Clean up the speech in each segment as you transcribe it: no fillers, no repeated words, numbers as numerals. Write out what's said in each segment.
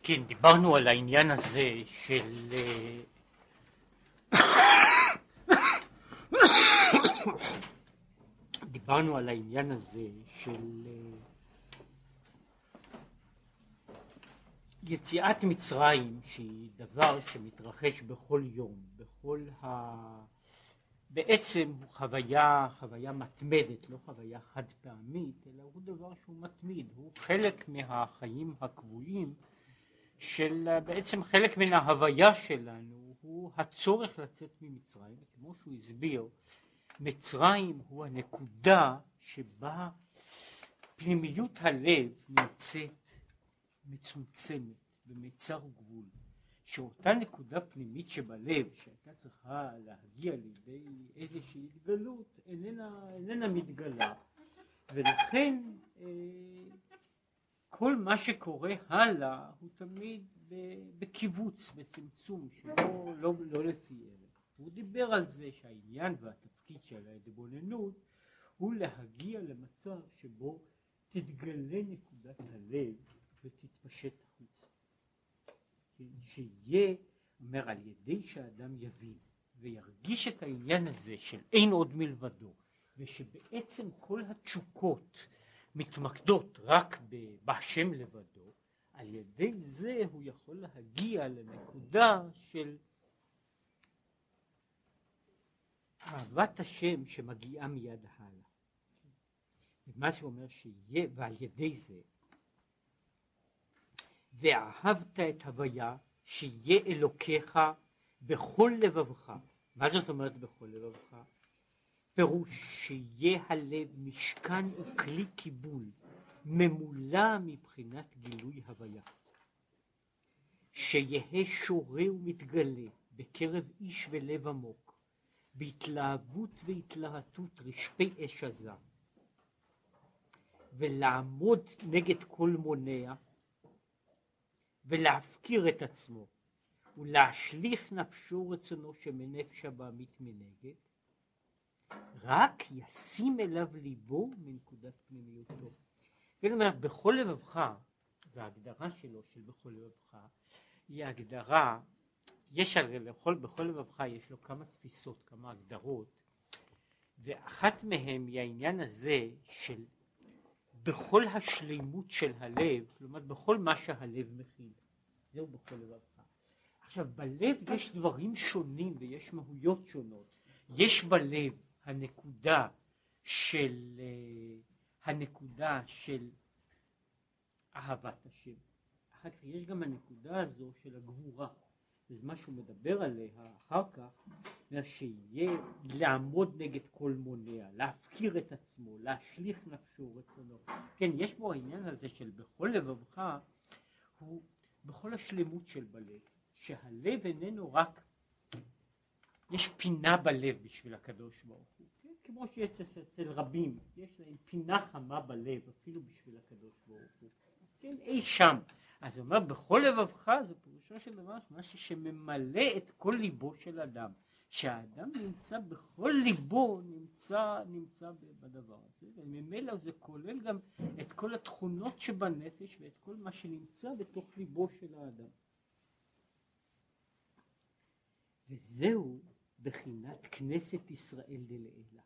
כן, דיברנו על העניין הזה של יציאת מצרים, שהיא דבר שמתרחש בכל יום, בעצם הוא חוויה מתמדת, לא חוויה חד פעמית, אלא הוא דבר שהוא מתמיד, הוא חלק מהחיים הקבועים בעצם חלק מן ההוויה שלנו, הוא הצורך לצאת ממצרים. כמו שהוא הסביר, מצרים הוא הנקודה שבה פנימיות הלב נמצאת מצומצמת במצר גבול, שאותה נקודה פנימית שבלב שהייתה צריכה להגיע לידי איזושהי התגלות איננה מתגלה, ולכן כל מה שקורה הלאה הוא תמיד בקיבוץ, בצמצום שלא לא לפי ערך. הוא דיבר על זה שהעניין והתפקיד של ההתבוננות הוא להגיע למצב שבו תתגלה נקודת הלב ותתפשט החוצה. שיהיה, אומר, על ידי שהאדם יבין וירגיש את העניין הזה של אין עוד מלבדו, ושבעצם כל התשוקות מתמקדות רק בהשם לבדו, על ידי זה הוא יכול להגיע לנקודה של אהבת השם שמגיעה מיד הלאה. מה שאומר שיהיה, ועל ידי זה ואהבת את הוויה שיהיה אלוקיך בכל לבבך. מה זאת אומרת בכל לבבך? פירוש שיהיה הלב משכן וכלי קיבול ממולא מבחינת גילוי הוויה, שיהיה שורה ומתגלה בקרב איש ולב עמוק בהתלהבות והתלהטות רשפי אש עזה, ולעמוד נגד כל מונע ולהפקיר את עצמו ולהשליך נפשו רצונו שמנפש הבעמית מנגד, רק ישים אליו ליבו מנקודת פנימיותו. כלומר, בכל לבבך, וההגדרה שלו של בכל לבבך היא הגדרה, יש בכל לבבך יש לו כמה תפיסות, כמה הגדרות, ואחת מהן היא העניין הזה של בכל השלימות של הלב, כלומר בכל מה שהלב מכיל, זהו בכל לבבך. עכשיו, בלב יש דברים שונים ויש מהויות שונות. יש בלב הנקודה של אהבת השם. אחר כך יש גם הנקודה הזו של הגבורה. זה מה שהוא מדבר עליה אחר כך, שיהיה לעמוד נגד כל מונע, להפקיר את עצמו, להשליך נפשו רצונו. כן, יש בו העניין הזה של בכל לבבך, הוא בכל השלמות של בלב, שהלב איננו רק, יש פינה בלב בשביל הקדוש ברוך הוא, כן? כמו שיש אצל רבים, יש להם פינה חמה בלב אפילו בשביל הקדוש ברוך הוא, כן, אי שם. אז הוא אומר, בכל לבבך זה פירושו של דבר משהו שממלא את כל ליבו של אדם, שהאדם נמצא בכל ליבו, נמצא בדבר הזה, וממילא זה כולל גם את כל התכונות שבנפש ואת כל מה שנמצא בתוך ליבו של האדם. וזהו בחינת כנסת ישראל דלעילה.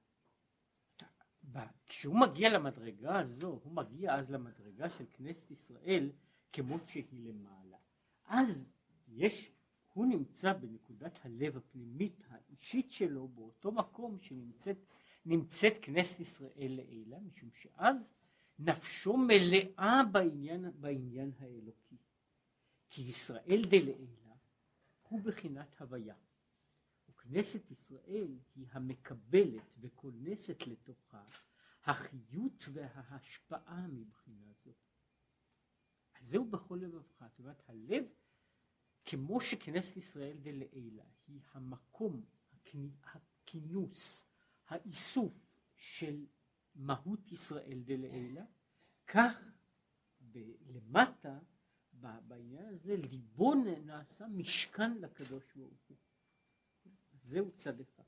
כשהוא מגיע למדרגה הזו, הוא מגיע אז למדרגה של כנסת ישראל כמות שהיא למעלה. אז הוא נמצא בנקודת הלב הפנימית האישית שלו, באותו מקום שנמצאת כנסת ישראל לעילה, משום שאז נפשו מלאה בעניין האלוקי. כי ישראל דלעילה הוא בחינת הוויה. וכנסת ישראל היא המקבלת וכונסת לתוכה החיות וההשפעה מבחינה זו. אז זהו בכל לבבך. זאת אומרת, הלב, כמו שכנסת ישראל דלעילה היא המקום, הכינוס, האיסוף של מהות ישראל דלעילה, כך למטה בעניין הזה ליבו נעשה משכן לקדוש ברוך הוא. זהו צד אחד.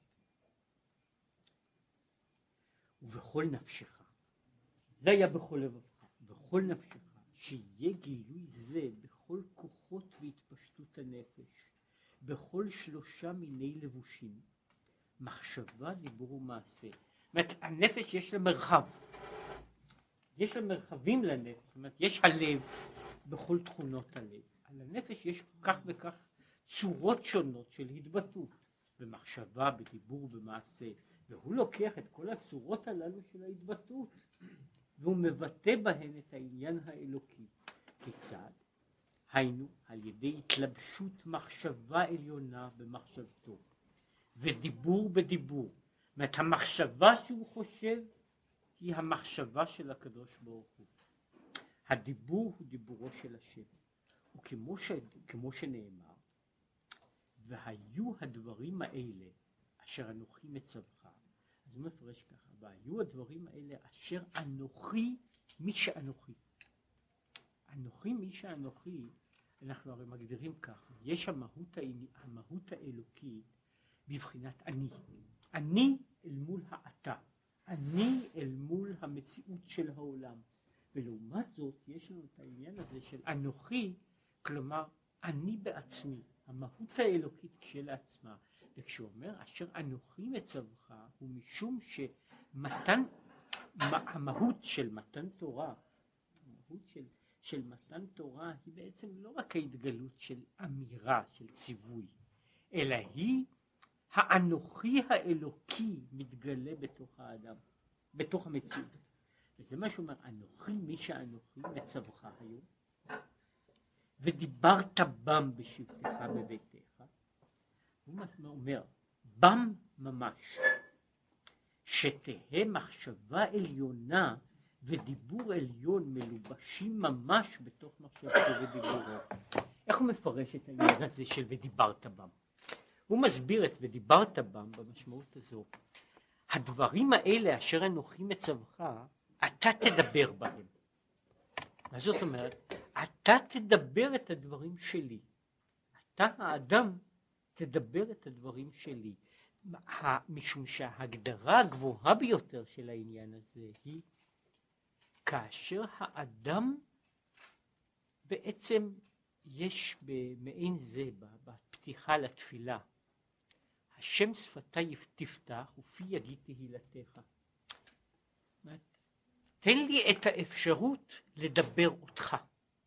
ובכל נפשך, זה היה בכל לבבך, בכל נפשך, שיהיה גילוי זה בכל כוחו כל שלושה מיני לבושים, מחשבה, דיבור ומעשה. זאת אומרת, הנפש יש לה מרחב, יש לה מרחבים לנפש, זאת אומרת, יש הלב בכל תכונות הלב. על הנפש יש כך וכך צורות שונות של התבטאות, במחשבה, בדיבור, במעשה, והוא לוקח את כל הצורות הללו של ההתבטאות, והוא מבטא בהן את העניין האלוקי. כיצד? היינו, על ידי התלבשות מחשבה עליונה במחשבתו, ודיבור בדיבור. זאת אומרת, המחשבה שהוא חושב היא המחשבה של הקדוש ברוך הוא. הדיבור הוא דיבורו של השם. וכמו שנאמר, והיו הדברים האלה אשר אנוכי מצווך. אז הוא מפרש ככה, והיו הדברים האלה אשר אנוכי מי שאנוכי. אנוכי מי שאנוכי, אנחנו הרי מגדירים ככה, יש המהות האלוקית בבחינת אני. אני אל מול האתה, אני אל מול המציאות של העולם. ולעומת זאת יש לנו את העניין הזה של אנוכי, כלומר אני בעצמי, המהות האלוקית כשלעצמה. וכשהוא אומר אשר אנוכי מצווך, הוא משום המהות של מתן תורה, המהות של מתן תורה היא בעצם לא רק ההתגלות של אמירה, של ציווי, אלא היא האנוכי האלוקי מתגלה בתוך האדם, בתוך המציאות. וזה מה שאומר, אנוכי מי שאנוכי מצווך היום, ודיברת בם בשבתך בביתך. הוא אומר, בם ממש, שתהה מחשבה עליונה ודיבור עליון מלובשים ממש בתוך מחשבתו ודיבורו. איך הוא מפרש את העניין הזה של ודיברת בם? הוא מסביר את ודיברת בם במשמעות הזו. הדברים האלה אשר אנוכי מצווך, אתה תדבר בהם. מה זאת אומרת? אתה תדבר את הדברים שלי. אתה האדם תדבר את הדברים שלי. משום שההגדרה הגבוהה ביותר של העניין הזה היא כאשר האדם בעצם יש במעין זה בפתיחה לתפילה, השם שפתי תפתח ופי יגיד תהילתך. תן לי את האפשרות לדבר אותך.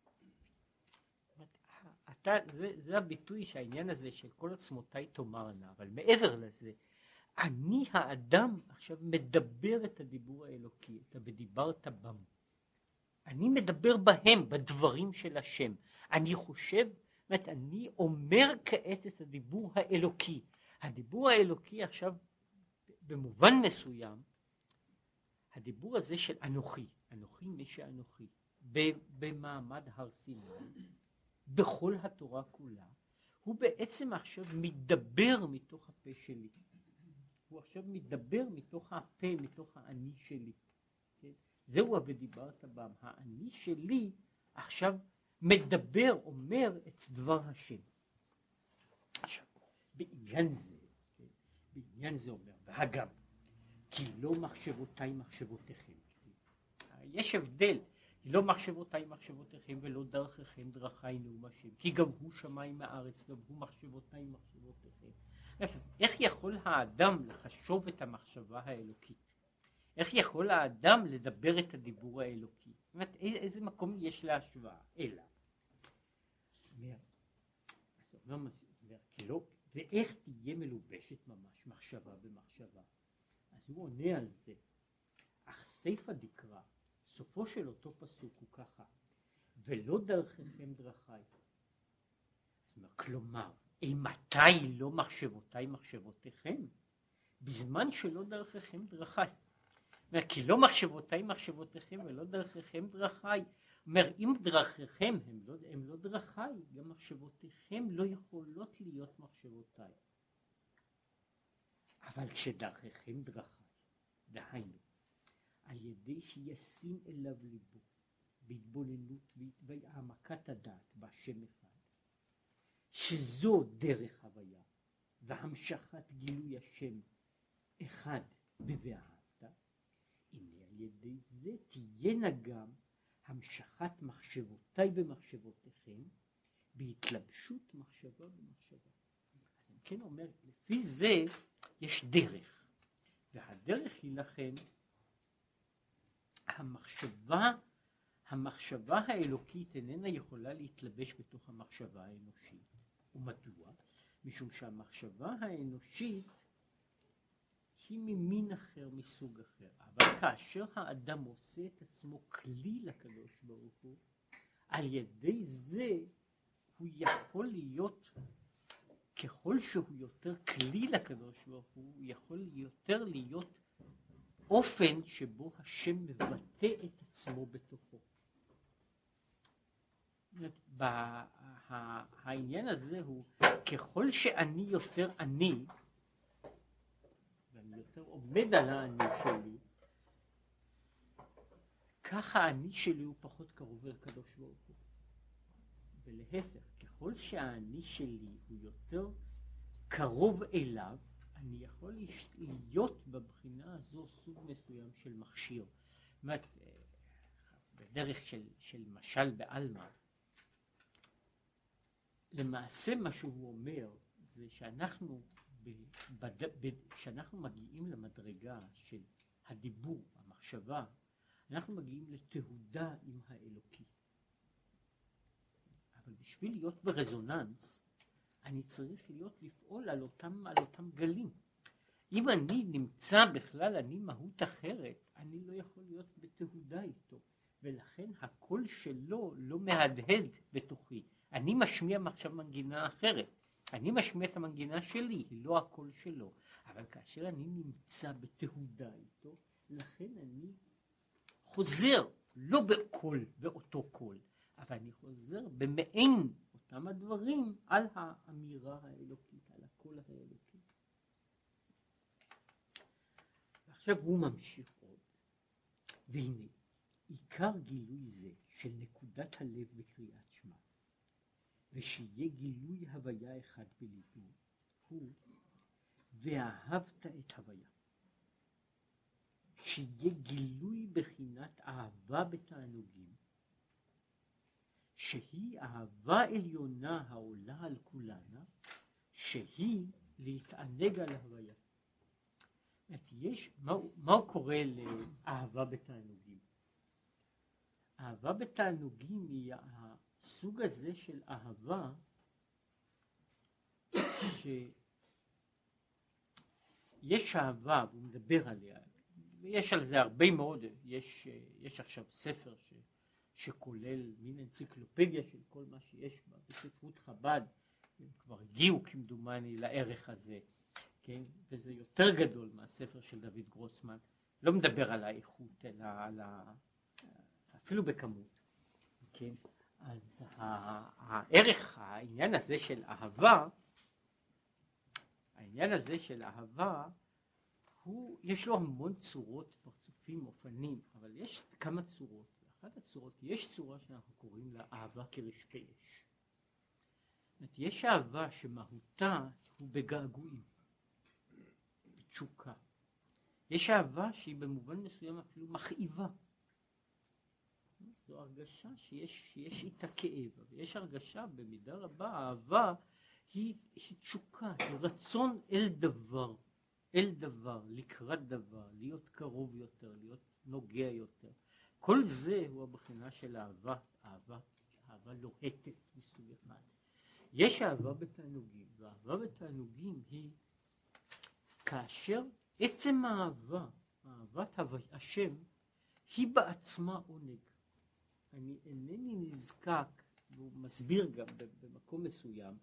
זה הביטוי שהעניין הזה של כל עצמותיי תאמרנה, אבל מעבר לזה, אני האדם עכשיו מדבר את הדיבור האלוקי, את ודיברת בם. אני מדבר בהם, בדברים של השם. אני חושב, אני אומר כעת את הדיבור האלוקי. הדיבור האלוקי עכשיו, במובן מסוים, הדיבור הזה של אנוכי, אנוכי מי שאנוכי, במעמד הר סיני, בכל התורה כולה, הוא בעצם עכשיו מדבר מתוך הפה שלי. הוא עכשיו מדבר מתוך הפה, מתוך האני שלי. כן? זהו ודיברת בם. האני שלי עכשיו מדבר, אומר את דבר השם. עכשיו, בעניין זה, כן? בעניין זה אומר, והגם, כי לא מחשבותיי מחשבותיכם. יש הבדל. לא מחשבותיי מחשבותיכם ולא דרכיכם דרכי נאום השם, כי גבהו שמיים מארץ, גבהו מחשבותיי מחשבותיכם. איך יכול האדם לחשוב את המחשבה האלוקית? איך יכול האדם לדבר את הדיבור האלוקי? זאת אומרת, איזה מקום יש להשוואה? אלא. ואיך תהיה מלובשת ממש מחשבה במחשבה? אז הוא עונה על זה. אך סייפא דקרא, סופו של אותו פסוק הוא ככה, ולא דרכיכם דרכי. כלומר, מתי לא מחשבותיי מחשבותיכם? בזמן שלא דרכיכם דרכי. כי לא מחשבותיי מחשבותיכם ולא דרכיכם דרכי. אומר, אם דרכיכם הם לא דרכי, גם מחשבותיכם לא יכולות להיות מחשבותיי. אבל כשדרכיכם דרכי, דהיינו, על ידי שישים אליו ליבו בהתבוננות והעמקת הדעת בהשם אחד, שזו דרך הוויה והמשכת גילוי השם אחד ב"ואהבת", הנה על ידי זה תהיינה גם המשכת מחשבותיי במחשבותיכם בהתלבשות מחשבה במחשבה. אז כן אומר, לפי זה יש דרך, והדרך היא לכן המחשבה האלוקית איננה יכולה להתלבש בתוך המחשבה האנושית. ומדוע? משום שהמחשבה האנושית היא ממין אחר, מסוג אחר. אבל כאשר האדם עושה את עצמו כלי לקדוש ברוך הוא, על ידי זה הוא יכול להיות, ככל שהוא יותר כלי לקדוש ברוך הוא, הוא יכול יותר להיות אופן שבו השם מבטא את עצמו בתוכו. העניין הזה הוא, ככל שאני יותר אני, ואני יותר עומד על האני שלי, ככה האני שלי הוא פחות קרוב אל הקדוש ברוך הוא. ולהפך, ככל שהאני שלי הוא יותר קרוב אליו, אני יכול להיות בבחינה הזו סוג מסוים של מכשיר. זאת אומרת, בדרך של משל בעלמא, למעשה מה שהוא אומר זה שאנחנו כשאנחנו מגיעים למדרגה של הדיבור, המחשבה, אנחנו מגיעים לתהודה עם האלוקי. אבל בשביל להיות ברזוננס, אני צריך לפעול על אותם גלים. אם אני נמצא בכלל, אני מהות אחרת, אני לא יכול להיות בתהודה איתו. ולכן הקול שלו לא מהדהד בתוכי. אני משמיע עכשיו מנגינה אחרת. אני משמיע את המנגינה שלי, היא לא הקול שלו. אבל כאשר אני נמצא בתהודה איתו, לכן אני חוזר, לא בקול, באותו קול, אבל אני חוזר במעין אותם הדברים על האמירה האלוקית, על הקול האלוקי. ועכשיו הוא ממשיך עוד. והנה, עיקר גילוי זה של נקודת הלב בקריאת שמע, ושיהיה גילוי הוויה אחד בליבו, הוא ואהבת את הוויה. שיהיה גילוי בחינת אהבה בתענוגים, שהיא אהבה עליונה העולה על כולנה, שהיא להתענג על ההוויה. מה הוא קורא לאהבה בתענוגים? אהבה בתענוגים היא הסוג הזה של אהבה שיש אהבה, והוא מדבר עליה, ויש על זה הרבה מאוד, יש עכשיו ספר שכולל מין אנציקלופדיה של כל מה שיש בה, בספרות חב"ד, הם כבר הגיעו כמדומני לערך הזה, כן? וזה יותר גדול מהספר של דוד גרוסמן, לא מדבר על האיכות, אלא אפילו בכמות, כן? אז הערך, העניין הזה של אהבה, יש לו המון צורות, פרצופים, אופנים, אבל יש כמה צורות. אחת הצורות, יש צורה שאנחנו קוראים לה אהבה כרשפי אש. יש אהבה שמהותה הוא בגעגועים, בתשוקה. יש אהבה שהיא במובן מסוים אפילו מכאיבה. זו הרגשה שיש איתה כאב, ויש הרגשה במידה רבה, אהבה היא תשוקה, היא רצון אל דבר, לקראת דבר, להיות קרוב יותר, להיות נוגע יותר. כל זה הוא הבחינה של אהבה לוהטת מסוג אחד. יש אהבה בתענוגים, והאהבה בתענוגים היא כאשר עצם אהבת השם, היא בעצמה עונג. אני אינני נזקק, והוא מסביר גם במקום מסוים,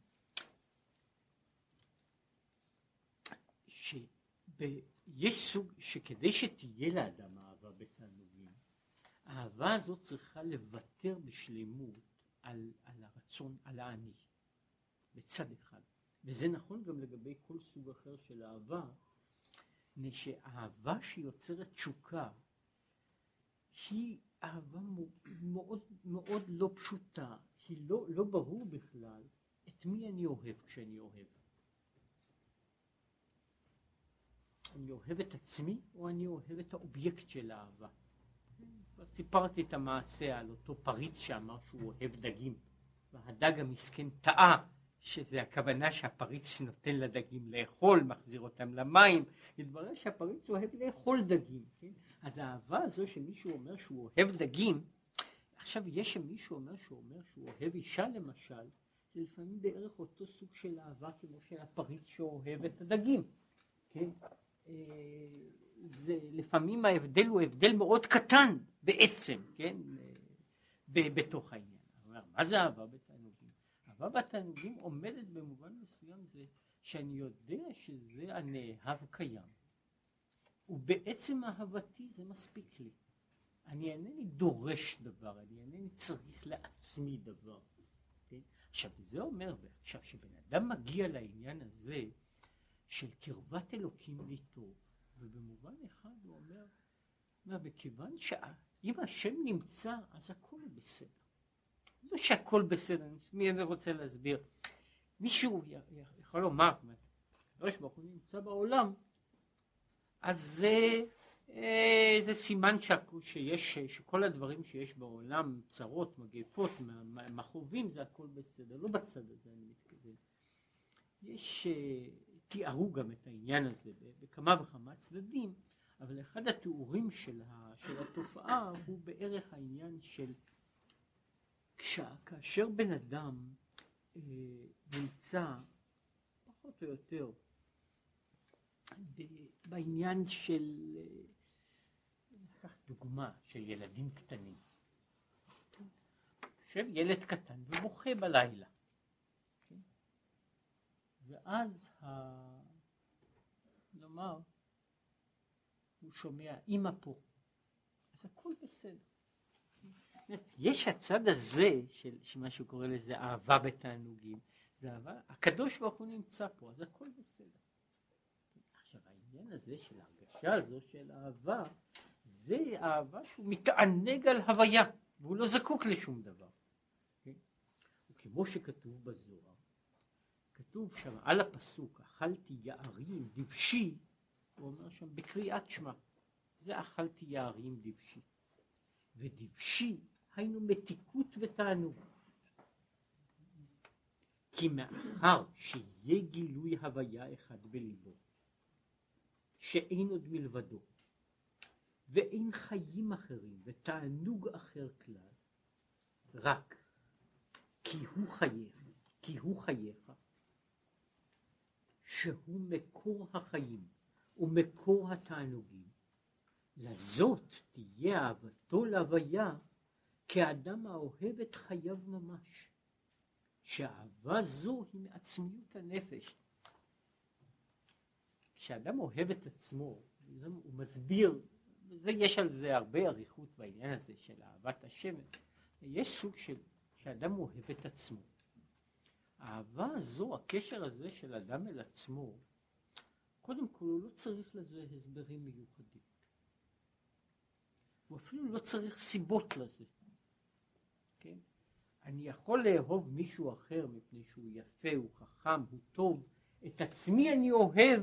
יש סוג שכדי שתהיה לאדם אהבה בתענוגים, האהבה הזאת צריכה לוותר בשלמות על הרצון, על האני, בצד אחד. וזה נכון גם לגבי כל סוג אחר של אהבה, שהאהבה שיוצרת תשוקה, היא אהבה מאוד מאוד לא פשוטה, היא לא ברור בכלל את מי אני אוהב כשאני אוהב. אני אוהב את עצמי או אני אוהב את האובייקט של האהבה. סיפרתי את המעשה על אותו פריץ שאמר שהוא אוהב דגים, והדג המסכן טעה שזה הכוונה שהפריץ נותן לדגים לאכול, מחזיר אותם למים, התברר שהפריץ אוהב לאכול דגים, כן? אז האהבה הזו שמישהו אומר שהוא אוהב דגים, עכשיו יש שמישהו אומר שהוא אוהב אישה למשל, זה לפעמים בערך אותו סוג של אהבה כמו של הפריץ שאוהב את הדגים, כן? זה לפעמים ההבדל הוא הבדל מאוד קטן בעצם, כן? בתוך העניין. מה זה אהבה בתענוגים? אהבה בתענוגים עומדת במובן מסוים זה שאני יודע שזה הנאהב קיים, ובעצם אהבתי זה מספיק לי. אני אינני דורש דבר, אני אינני צריך לעצמי דבר. כן? עכשיו זה אומר, עכשיו שבן אדם מגיע לעניין הזה של קרבת אלוקים לי טוב, ובמובן אחד הוא אומר, בכיוון שאם השם נמצא אז הכל בסדר. לא שהכל בסדר, מי רוצה להסביר? מישהו יכול לומר, הקדוש ברוך הוא נמצא בעולם, אז זה סימן שכל הדברים שיש בעולם, צרות, מגפות, מכאובים, זה הכל בסדר. לא בצד הזה אני מתכוון. תיארו גם את העניין הזה בכמה וכמה צדדים, אבל אחד התיאורים של התופעה הוא בערך העניין של כאשר בן אדם נמצא פחות או יותר בעניין של, ניקח דוגמה של ילדים קטנים, יושב ילד קטן ובוכה בלילה, ואז נאמר הוא שומע אמא פה, אז הכל בסדר. יש הצד הזה של מה שהוא קורא לזה אהבה בתענוגים, זה אהבה, הקדוש ברוך הוא נמצא פה, אז הכל בסדר. עכשיו העניין הזה של ההרגשה הזו של אהבה, זה אהבה שהוא מתענג על הוויה, והוא לא זקוק לשום דבר. וכמו שכתוב בזוהר, כתוב שם על הפסוק, אכלתי יערים דבשי, הוא אומר שם בקריאת שמע, זה אכלתי יערים דבשי. ודבשי היינו מתיקות ותענוג. כי מאחר שיהיה גילוי הוויה אחד בליבו, שאין עוד מלבדו, ואין חיים אחרים ותענוג אחר כלל, רק כי הוא חייך, שהוא מקור החיים ומקור התענוגים, לזאת תהיה אהבתו להוויה כאדם האוהב את חייו ממש, שהאהבה זו היא מעצמיות הנפש. כשאדם אוהב את עצמו, הוא מסביר, יש על זה הרבה אריכות בעניין הזה של אהבת השם, יש סוג של שאדם אוהב את עצמו. האהבה הזו, הקשר הזה של אדם אל עצמו, קודם כל הוא לא צריך לזה הסברים מיוחדים. הוא אפילו לא צריך סיבות לזה. כן? אני יכול לאהוב מישהו אחר מפני שהוא יפה, הוא חכם, הוא טוב. את עצמי אני אוהב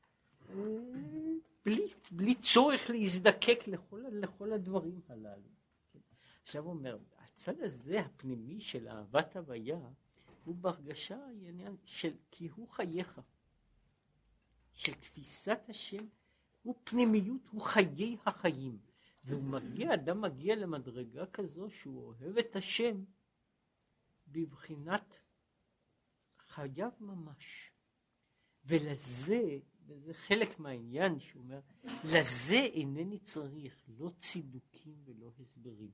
בלי צורך להזדקק לכל הדברים הללו. כן? עכשיו הוא אומר, הצד הזה הפנימי של אהבת הוויה, הוא בהרגשה העניין של כי הוא חייך, של תפיסת השם, הוא פנימיות, הוא חיי החיים. והוא מגיע, אדם מגיע למדרגה כזו שהוא אוהב את השם בבחינת חייו ממש. ולזה, וזה חלק מהעניין שהוא אומר, לזה אינני צריך לא צידוקים ולא הסברים.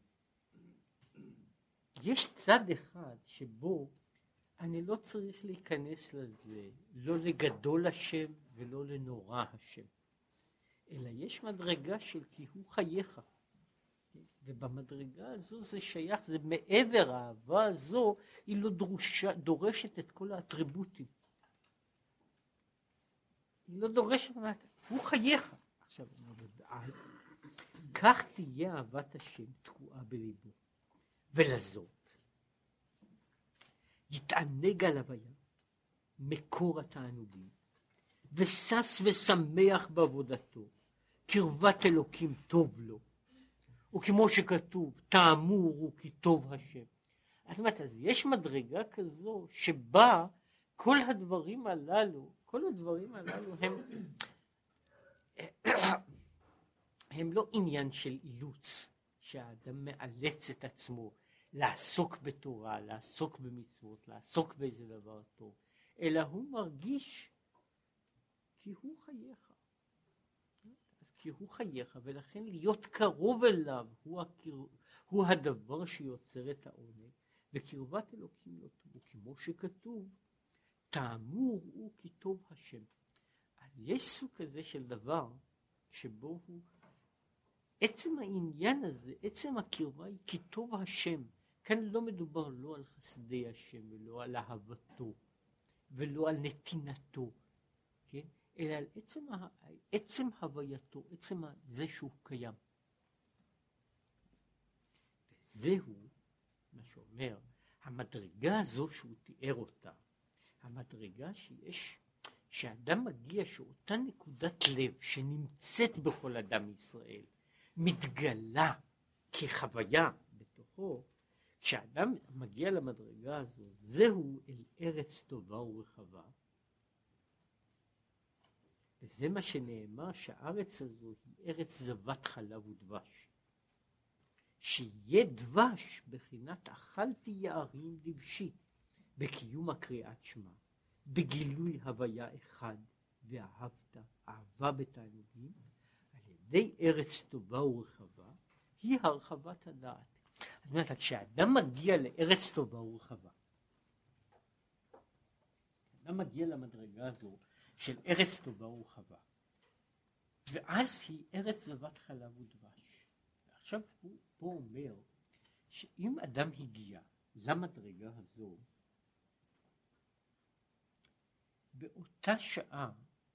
יש צד אחד שבו אני לא צריך להיכנס לזה, לא לגדול השם ולא לנורא השם. אלא יש מדרגה של כי הוא חייך. ובמדרגה הזו זה שייך, זה מעבר האהבה הזו, היא לא דורשת את כל האטריבוטים. היא לא דורשת, הוא חייך. עכשיו, אז כך תהיה אהבת השם תקועה בליבו. ולזאת, יתענג על הוויה, מקור התענוגים, ושש ושמח בעבודתו, קרבת אלוקים טוב לו, וכמו שכתוב, תאמור הוא כי טוב השם. זאת אומרת, אז יש מדרגה כזו שבה כל הדברים הללו הם לא עניין של אילוץ, שהאדם מאלץ את עצמו לעסוק בתורה, לעסוק במצוות, לעסוק באיזה דבר טוב, אלא הוא מרגיש כי הוא חייך. אז כי הוא חייך, ולכן להיות קרוב אליו הוא הדבר שיוצר את העונג, וקרבת אלוקים לא טוב, כמו שכתוב, תאמור הוא כי טוב השם. אז יש סוג כזה של דבר שבו הוא עצם העניין הזה, עצם הקרבה היא כי טוב השם. כאן לא מדובר לא על חסדי השם ולא על אהבתו ולא על נתינתו, כן? אלא על עצם הווייתו, עצם זה שהוא קיים. וזהו מה שאומר, המדרגה הזו שהוא תיאר אותה, המדרגה שאדם מגיע, שאותה נקודת לב שנמצאת בכל אדם ישראל, מתגלה כחוויה בתוכו, כשאדם מגיע למדרגה הזו, זהו אל ארץ טובה ורחבה, וזה מה שנאמר, שהארץ הזו היא ארץ זבת חלב ודבש. שיהיה דבש בחינת אכלתי יערים דבשי, בקיום הקריאת שמע, בגילוי הוויה אחד, ואהבת, אהבה בתענוגים, על ידי ארץ טובה ורחבה, היא הרחבת הדעת. זאת אומרת, כשאדם מגיע לארץ טובה ורחבה, אדם מגיע למדרגה הזו של ארץ טובה ורחבה, ואז היא ארץ זבת חלב ודבש. ועכשיו הוא פה אומר, שאם אדם הגיע למדרגה הזו, באותה שעה,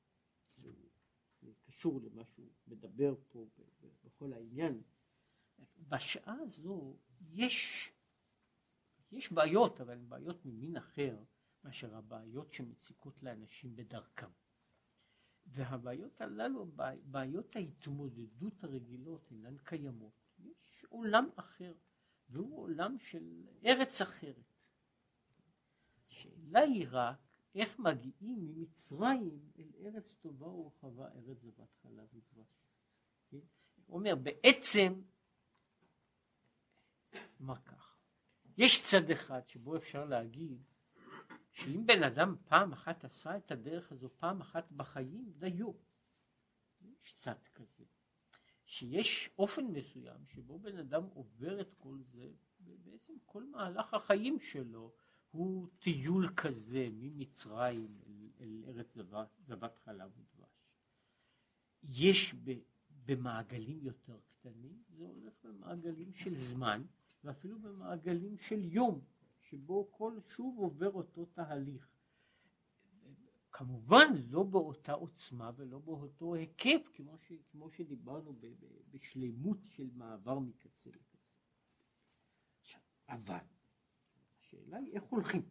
זה קשור למה שהוא מדבר פה בכל העניין, בשעה הזו יש בעיות, אבל הן בעיות ממין אחר מאשר הבעיות שמציקות לאנשים בדרכם. והבעיות הללו, בעיות ההתמודדות הרגילות, אינן קיימות. יש עולם אחר, והוא עולם של ארץ אחרת. השאלה היא רק איך מגיעים ממצרים אל ארץ טובה ורחבה, ארץ זבת חלב ודבש. הוא אומר, בעצם, מה כך? יש צד אחד שבו אפשר להגיד, שאם בן אדם פעם אחת עשה את הדרך הזו פעם אחת בחיים, דיו. יש צד כזה. שיש אופן מסוים שבו בן אדם עובר את כל זה, ובעצם כל מהלך החיים שלו הוא טיול כזה ממצרים אל ארץ זבת חלב ודבש. יש במעגלים יותר קטנים, זה הולך במעגלים של זמן, ואפילו במעגלים של יום, שבו כל שוב עובר אותו תהליך. כמובן לא באותה עוצמה ולא באותו היקף, כמו שדיברנו בשלמות של מעבר מקצה לקצה. עכשיו, אבל השאלה היא איך הולכים.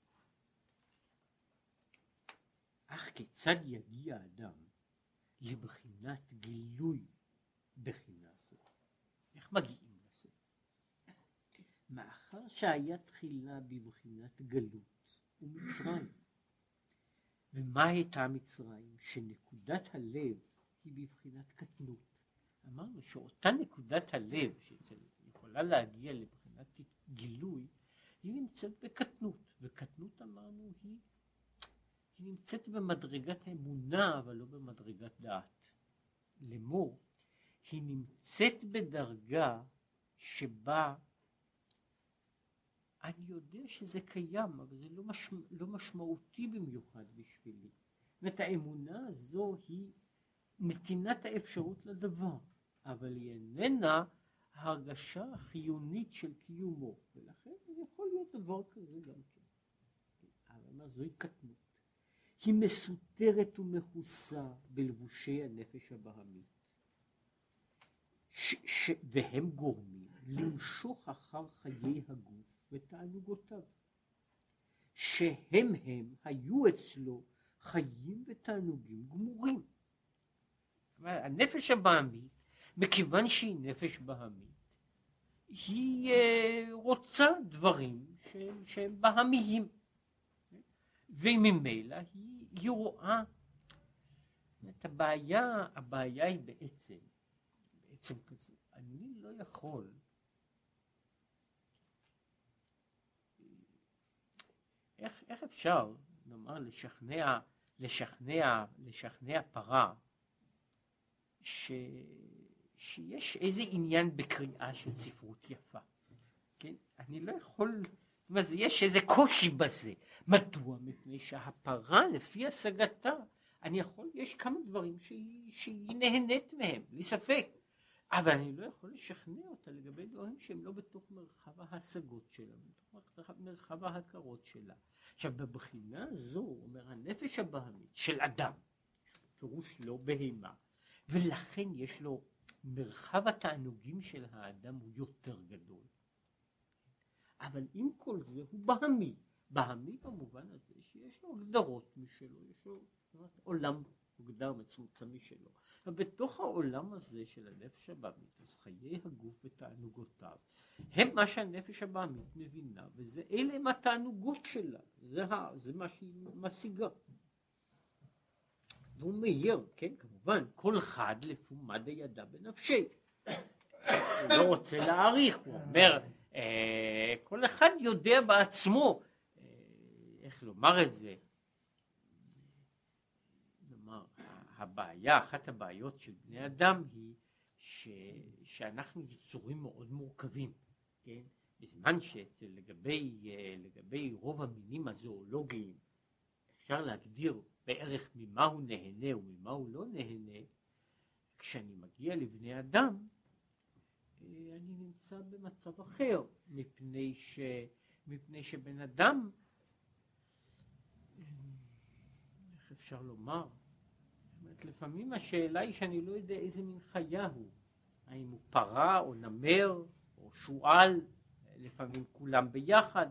אך כיצד יגיע האדם לבחינת גילוי בחינה זו? איך מגיעים לזה? מאחר שהיה תחילה בבחינת גלות ומצרים. ומה הייתה מצרים? שנקודת הלב היא בבחינת קטנות. אמרנו שאותה נקודת הלב שיכולה להגיע לבחינת גילוי, היא נמצאת בקטנות, וקטנות אמרנו היא נמצאת במדרגת האמונה, אבל לא במדרגת דעת. לאמור, היא נמצאת בדרגה שבה אני יודע שזה קיים, אבל זה לא משמעותי במיוחד בשבילי. זאת אומרת, האמונה הזו היא נתינת האפשרות לדבר, אבל היא איננה ההרגשה החיונית של קיומו, ולכן יכול להיות דבר כזה גם כן. אבל זוהי קטנות. היא מסותרת ומכוסה בלבושי הנפש הבהמית, והם גורמים למשוך אחר חיי הגוף ותענוגותיו, שהם היו אצלו חיים ותענוגים גמורים. הנפש הבהמית, מכיוון שהיא נפש בהמית, היא רוצה דברים שהם בהמיים. וממילא היא רואה את הבעיה היא בעצם כזה, אני לא יכול איך אפשר נאמר לשכנע פרה שיש איזה עניין בקריאה של ספרות יפה, כן? אני לא יכול, יש איזה קושי בזה. מדוע? מפני שהפרה לפי השגתה, יש כמה דברים שהיא נהנית מהם, בלי ספק, אבל אני לא יכול לשכנע אותה לגבי דברים שהם לא בתוך מרחב ההשגות שלה, בתוך מרחב ההכרות שלה. עכשיו בבחינה הזו אומר הנפש הבהמית של אדם, פירוש לא בהמה, ולכן יש לו מרחב התענוגים של האדם הוא יותר גדול, אבל עם כל זה הוא בהמי במובן הזה שיש לו הגדרות משלו, יש לו עולם מוגדר מצומצם משלו, ובתוך העולם הזה של הנפש הבהמית אז חיי הגוף ותענוגותיו הם מה שהנפש הבהמית מבינה, וזה אלה הם התענוגות שלה, זה מה שהיא משיגה. והוא מאיר, כן, כמובן, כל אחד לפי מה דידע בנפשי. הוא לא רוצה להעריך, הוא אומר, כל אחד יודע בעצמו, איך לומר את זה, לומר, אחת הבעיות של בני אדם היא שאנחנו יצורים מאוד מורכבים, כן? בזמן לגבי רוב המינים הזואולוגיים אפשר להגדיר בערך ממה הוא נהנה וממה הוא לא נהנה, כשאני מגיע לבני אדם אני נמצא במצב אחר, מפני שבן אדם, איך אפשר לומר, לפעמים השאלה היא שאני לא יודע איזה מין חיה הוא, האם הוא פרה או נמר או שועל, לפעמים כולם ביחד,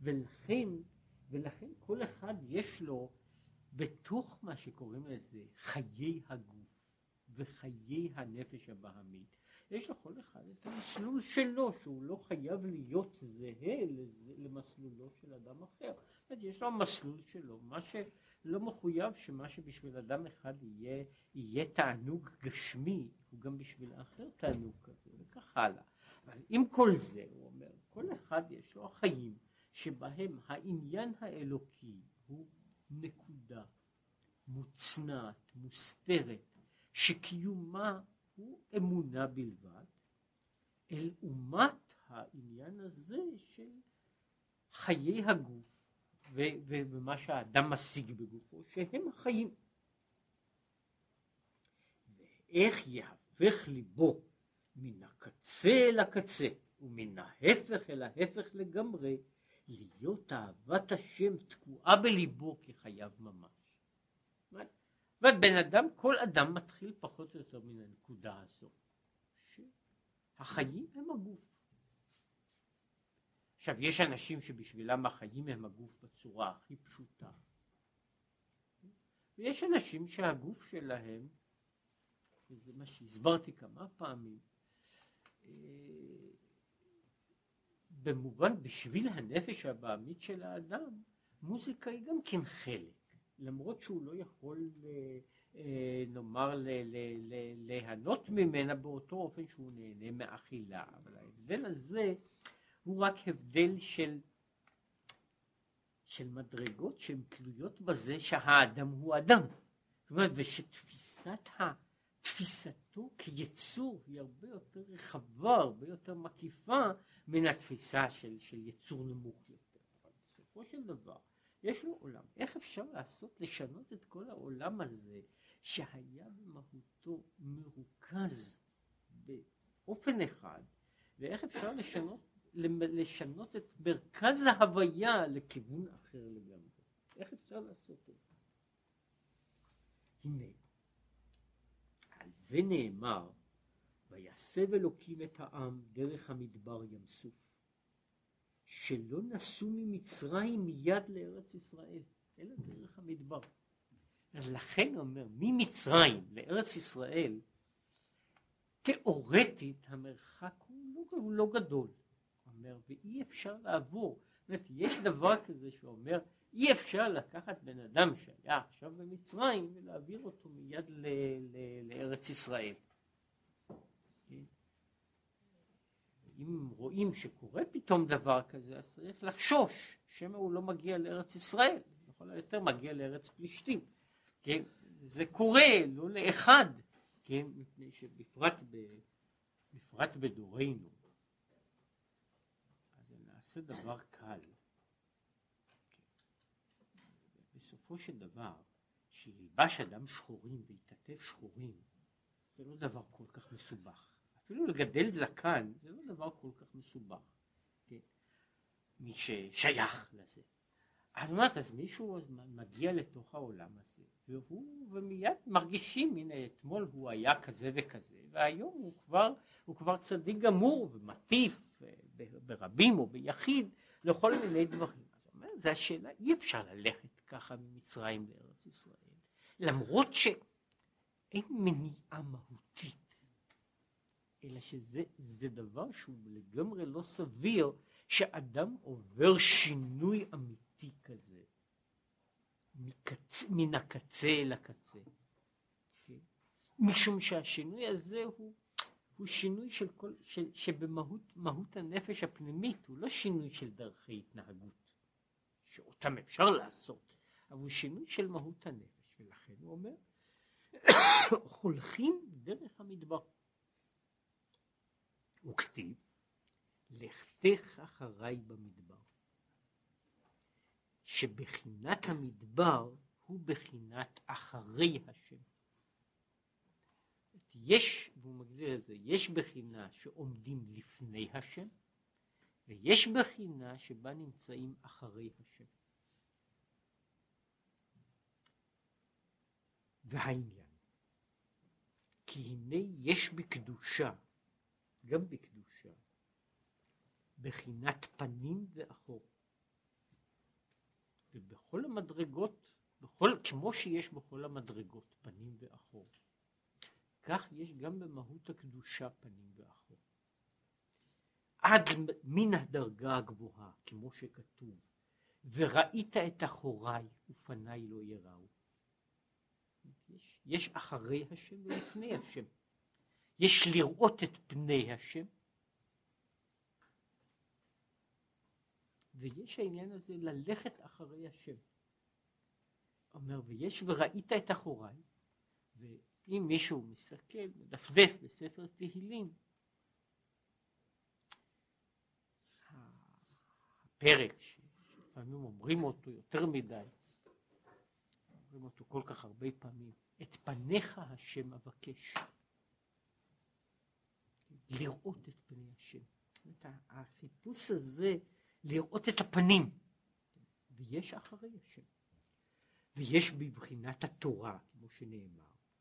ולכן כל אחד יש לו בתוך מה שקוראים לזה חיי הגוף וחיי הנפש הבהמית, יש לכל אחד את המסלול שלו שהוא לא חייב להיות זהה למסלולו של אדם אחר. יש לו מסלול שלו, מה שלא מחויב שמה שבשביל אדם אחד יהיה תענוג גשמי הוא גם בשביל האחר תענוג כזה וכך הלאה. אבל עם כל זה הוא אומר כל אחד יש לו החיים שבהם העניין האלוקי הוא נקודה מוצנעת, מוסתרת, שקיומה הוא אמונה בלבד, אל אומת העניין הזה של חיי הגוף ומה שהאדם משיג בגופו, שהם החיים. ואיך יהפך ליבו מן הקצה אל הקצה ומן ההפך אל ההפך לגמרי, להיות אהבת השם תקועה בליבו כחייו ממש. ובן אדם, כל אדם מתחיל פחות או יותר מן הנקודה הזו, שהחיים הם הגוף. עכשיו יש אנשים שבשבילם החיים הם הגוף בצורה הכי פשוטה, ויש אנשים שהגוף שלהם, וזה מה שהסברתי כמה פעמים, במובן בשביל הנפש הבהמית של האדם מוזיקה היא גם כן חלק, למרות שהוא לא יכול נאמר ליהנות ממנה באותו אופן שהוא נהנה מאכילה, אבל ההבדל הזה הוא רק הבדל של מדרגות שהן תלויות בזה שהאדם הוא אדם, זאת אומרת, ותפיסתו כיצור היא הרבה יותר רחבה, הרבה יותר מקיפה מן התפיסה של יצור נמוך יותר. אבל בסופו של דבר יש לו עולם. איך אפשר לשנות את כל העולם הזה שהיה במהותו מרוכז באופן אחד, ואיך אפשר לשנות את מרכז ההוויה לכיוון אחר לגמרי? איך אפשר לעשות את זה? הנה, על זה נאמר, ויסב אלוקים את העם דרך המדבר ים סוף, שלא נסעו ממצרים מיד לארץ ישראל, אלא דרך המדבר. אז לכן הוא אומר, ממצרים לארץ ישראל, תיאורטית המרחק הוא לא גדול. הוא אומר, ואי אפשר לעבור. זאת אומרת, יש דבר כזה שאומר, אי אפשר לקחת בן אדם שהיה עכשיו במצרים ולהעביר אותו מיד לארץ ישראל. אם רואים שקורה פתאום דבר כזה, אז צריך לחשוש שמא הוא לא מגיע לארץ ישראל, לכל היותר מגיע לארץ פלישתים. כן? זה קורה, לא לאחד, כן? מפני שבפרט בדורנו, אז נעשה דבר קל. בסופו של דבר, שילבש אדם שחורים ויתעטף שחורים, זה לא דבר כל כך מסובך. אפילו לגדל זקן, זה לא דבר כל כך מסובך. כן? מי ששייך לזה. אז מישהו מגיע לתוך העולם הזה, ומיד מרגישים, הנה אתמול הוא היה כזה וכזה, והיום הוא כבר צדיק גמור ומטיף ברבים או ביחיד לכל מיני דברים. אז אומר, זה השאלה, אי אפשר ללכת ככה ממצרים לארץ ישראל, למרות שאין מניעה מהותית, אלא שזה דבר שהוא לגמרי לא סביר, שאדם עובר שינוי אמיתי כזה, מן הקצה אל הקצה. כן? משום שהשינוי הזה הוא שינוי שבמהות הנפש הפנימית, הוא לא שינוי של דרכי התנהגות, שאותם אפשר לעשות, אבל הוא שינוי של מהות הנפש, ולכן הוא אומר, הולכים דרך המדבר. הוא כתיב, לכתך אחריי במדבר. שבחינת המדבר הוא בחינת אחרי השם. יש, והוא מגדיר את זה, יש בחינה שעומדים לפני השם, ויש בחינה שבה נמצאים אחרי השם. והעניין, כי הנה יש בקדושה, גם בקדושה, בחינת פנים ואחור. ובכל המדרגות, כמו שיש בכל המדרגות פנים ואחור, כך יש גם במהות הקדושה פנים ואחור. עד מן הדרגה הגבוהה, כמו שכתוב, וראית את אחוריי ופניי לא יראו. יש אחרי השם ולפני השם. יש לראות את פני השם, ויש העניין הזה ללכת אחרי השם. אומר, ויש וראית את אחוריי, ואם מישהו מסתכל, מדפדף בספר תהילים, הפרק שלפעמים אומרים אותו יותר מדי, אומרים אותו כל כך הרבה פעמים, את פניך השם אבקש. לראות את פני השם. החיפוש הזה, לראות את הפנים, ויש אחרי השם, ויש בבחינת התורה, כמו שנאמר,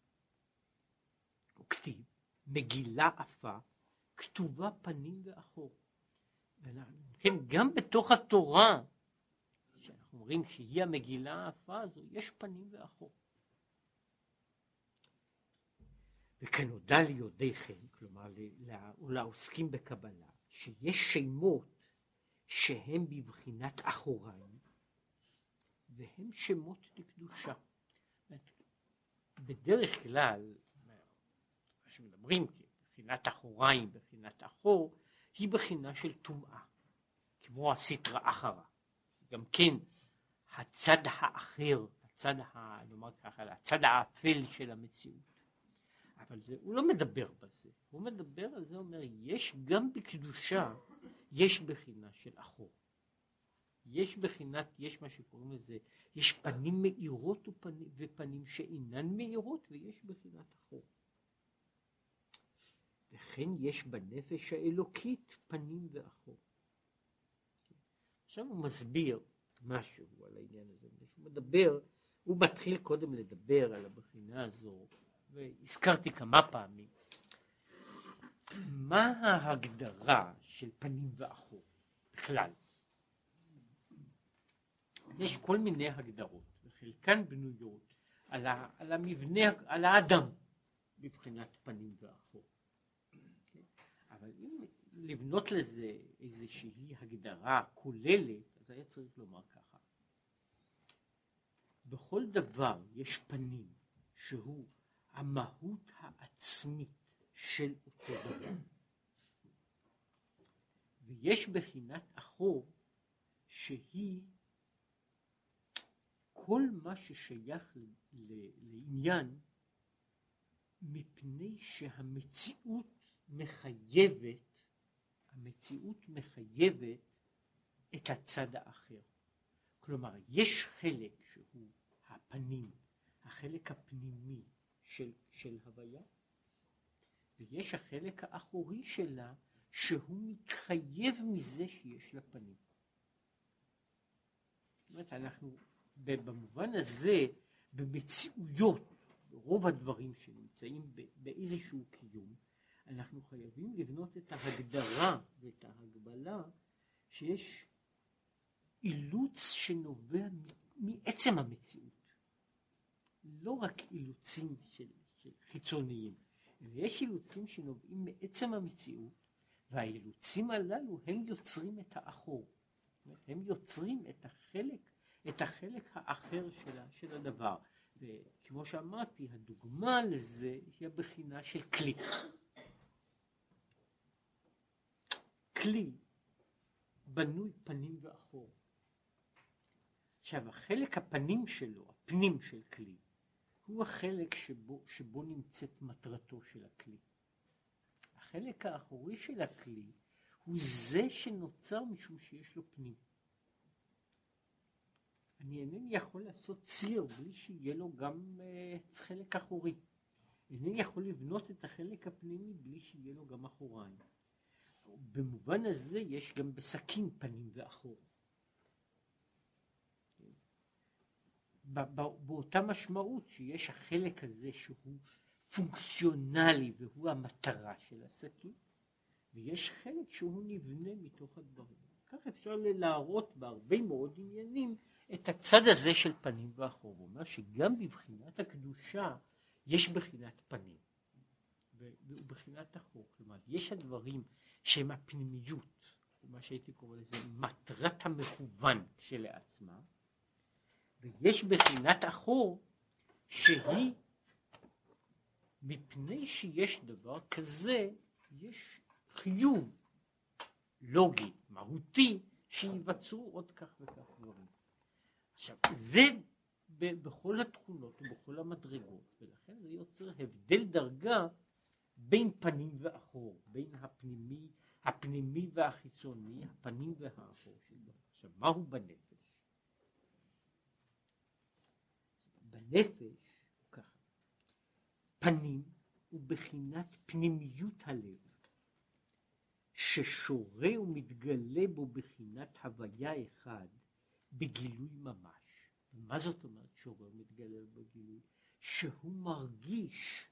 הוא כתיב, מגילה עפה, כתובה פנים ואחור. כן, גם בתוך התורה, שאנחנו אומרים שהיא המגילה העפה הזו, יש פנים ואחור. וכן נודע ליודעיכם, כלומר לעוסקים בקבלה, שיש שמות שהם בבחינת אחוריים, והם שמות לקדושה. בדרך כלל, מה שמדברים, בחינת אחוריים, בחינת אחור, היא בחינה של טומאה, כמו הסטרא אחרא. גם כן, הצד האחר, נאמר ככה, הצד האפל של המציאות. אבל הוא לא מדבר בזה, הוא מדבר על זה, אומר, יש גם בקדושה, יש בחינה של אחור. יש בחינת, יש מה שקוראים לזה, יש פנים מאירות ופנים שאינן מאירות, ויש בחינת אחור. וכן יש בנפש האלוקית פנים ואחור. עכשיו הוא מסביר משהו על העניין הזה, הוא מתחיל קודם לדבר על הבחינה הזו, והזכרתי כמה פעמים, מה ההגדרה של פנים ואחור בכלל? יש כל מיני הגדרות, וחלקן בנויות על המבנה, על האדם, בבחינת פנים ואחור. אבל אם לבנות לזה איזושהי הגדרה כוללת, אז היה צריך לומר ככה. בכל דבר יש פנים שהוא המהות העצמית של אותו דבר, ויש בחינת אחור שהיא כל מה ששייך לעניין, מפני שהמציאות מחייבת את הצד האחר. כלומר, יש חלק שהוא הפנים, החלק הפנימי של הוויה, ויש החלק האחורי שלה שהוא מתחייב מזה שיש לה פנים. זאת אומרת, אנחנו במובן הזה, במציאויות, רוב הדברים שנמצאים באיזשהו קיום, אנחנו חייבים לבנות את ההגדרה ואת ההגבלה שיש אילוץ שנובע מעצם המציאות. לא רק אילוצים של חיצוניים, אלא יש אילוצים שנובעים מעצם המציאות, והאילוצים הללו הם יוצרים את האחור. הם יוצרים את החלק האחר של הדבר. וכמו שאמרתי, הדוגמה לזה היא הבחינה של כלי. כלי בנוי פנים ואחור. עכשיו, החלק הפנים שלו, הפנים של כלי, הוא החלק שבו נמצאת מטרתו של הכלי. החלק האחורי של הכלי הוא זה שנוצר משום שיש לו פנים. אני אינני יכול לעשות ציר בלי שיהיה לו גם חלק אחורי. אינני יכול לבנות את החלק הפנימי בלי שיהיה לו גם אחוריים. במובן הזה יש גם בסכין פנים ואחור. באותה משמעות שיש החלק הזה שהוא פונקציונלי והוא המטרה של הסכין, ויש חלק שהוא נבנה מתוך הדברים. כך אפשר להראות בהרבה מאוד עניינים את הצד הזה של פנים ואחור. הוא אומר שגם בבחינת הקדושה יש בחינת פנים ובחינת אחור. כלומר, יש הדברים שהם הפנימיות, מה שהייתי קורא לזה מטרת המכוון שלעצמה, ויש בחינת אחור שהיא מפני שיש דבר כזה, יש חיוב לוגי, מהותי, שיבצעו עוד כך וכך דברים. עכשיו, זה בכל התכונות ובכל המדרגות, ולכן זה יוצר הבדל דרגה בין פנים ואחור, בין הפנימי והחיצוני, הפנים והאחור שלו. עכשיו, מהו בנפש? בנפש, ככה, פנים הוא בחינת פנימיות הלב, ששורה ומתגלה בו בחינת הוויה אחד בגילוי ממש. ומה זאת אומרת שורה ומתגלה בו בגילוי? שהוא מרגיש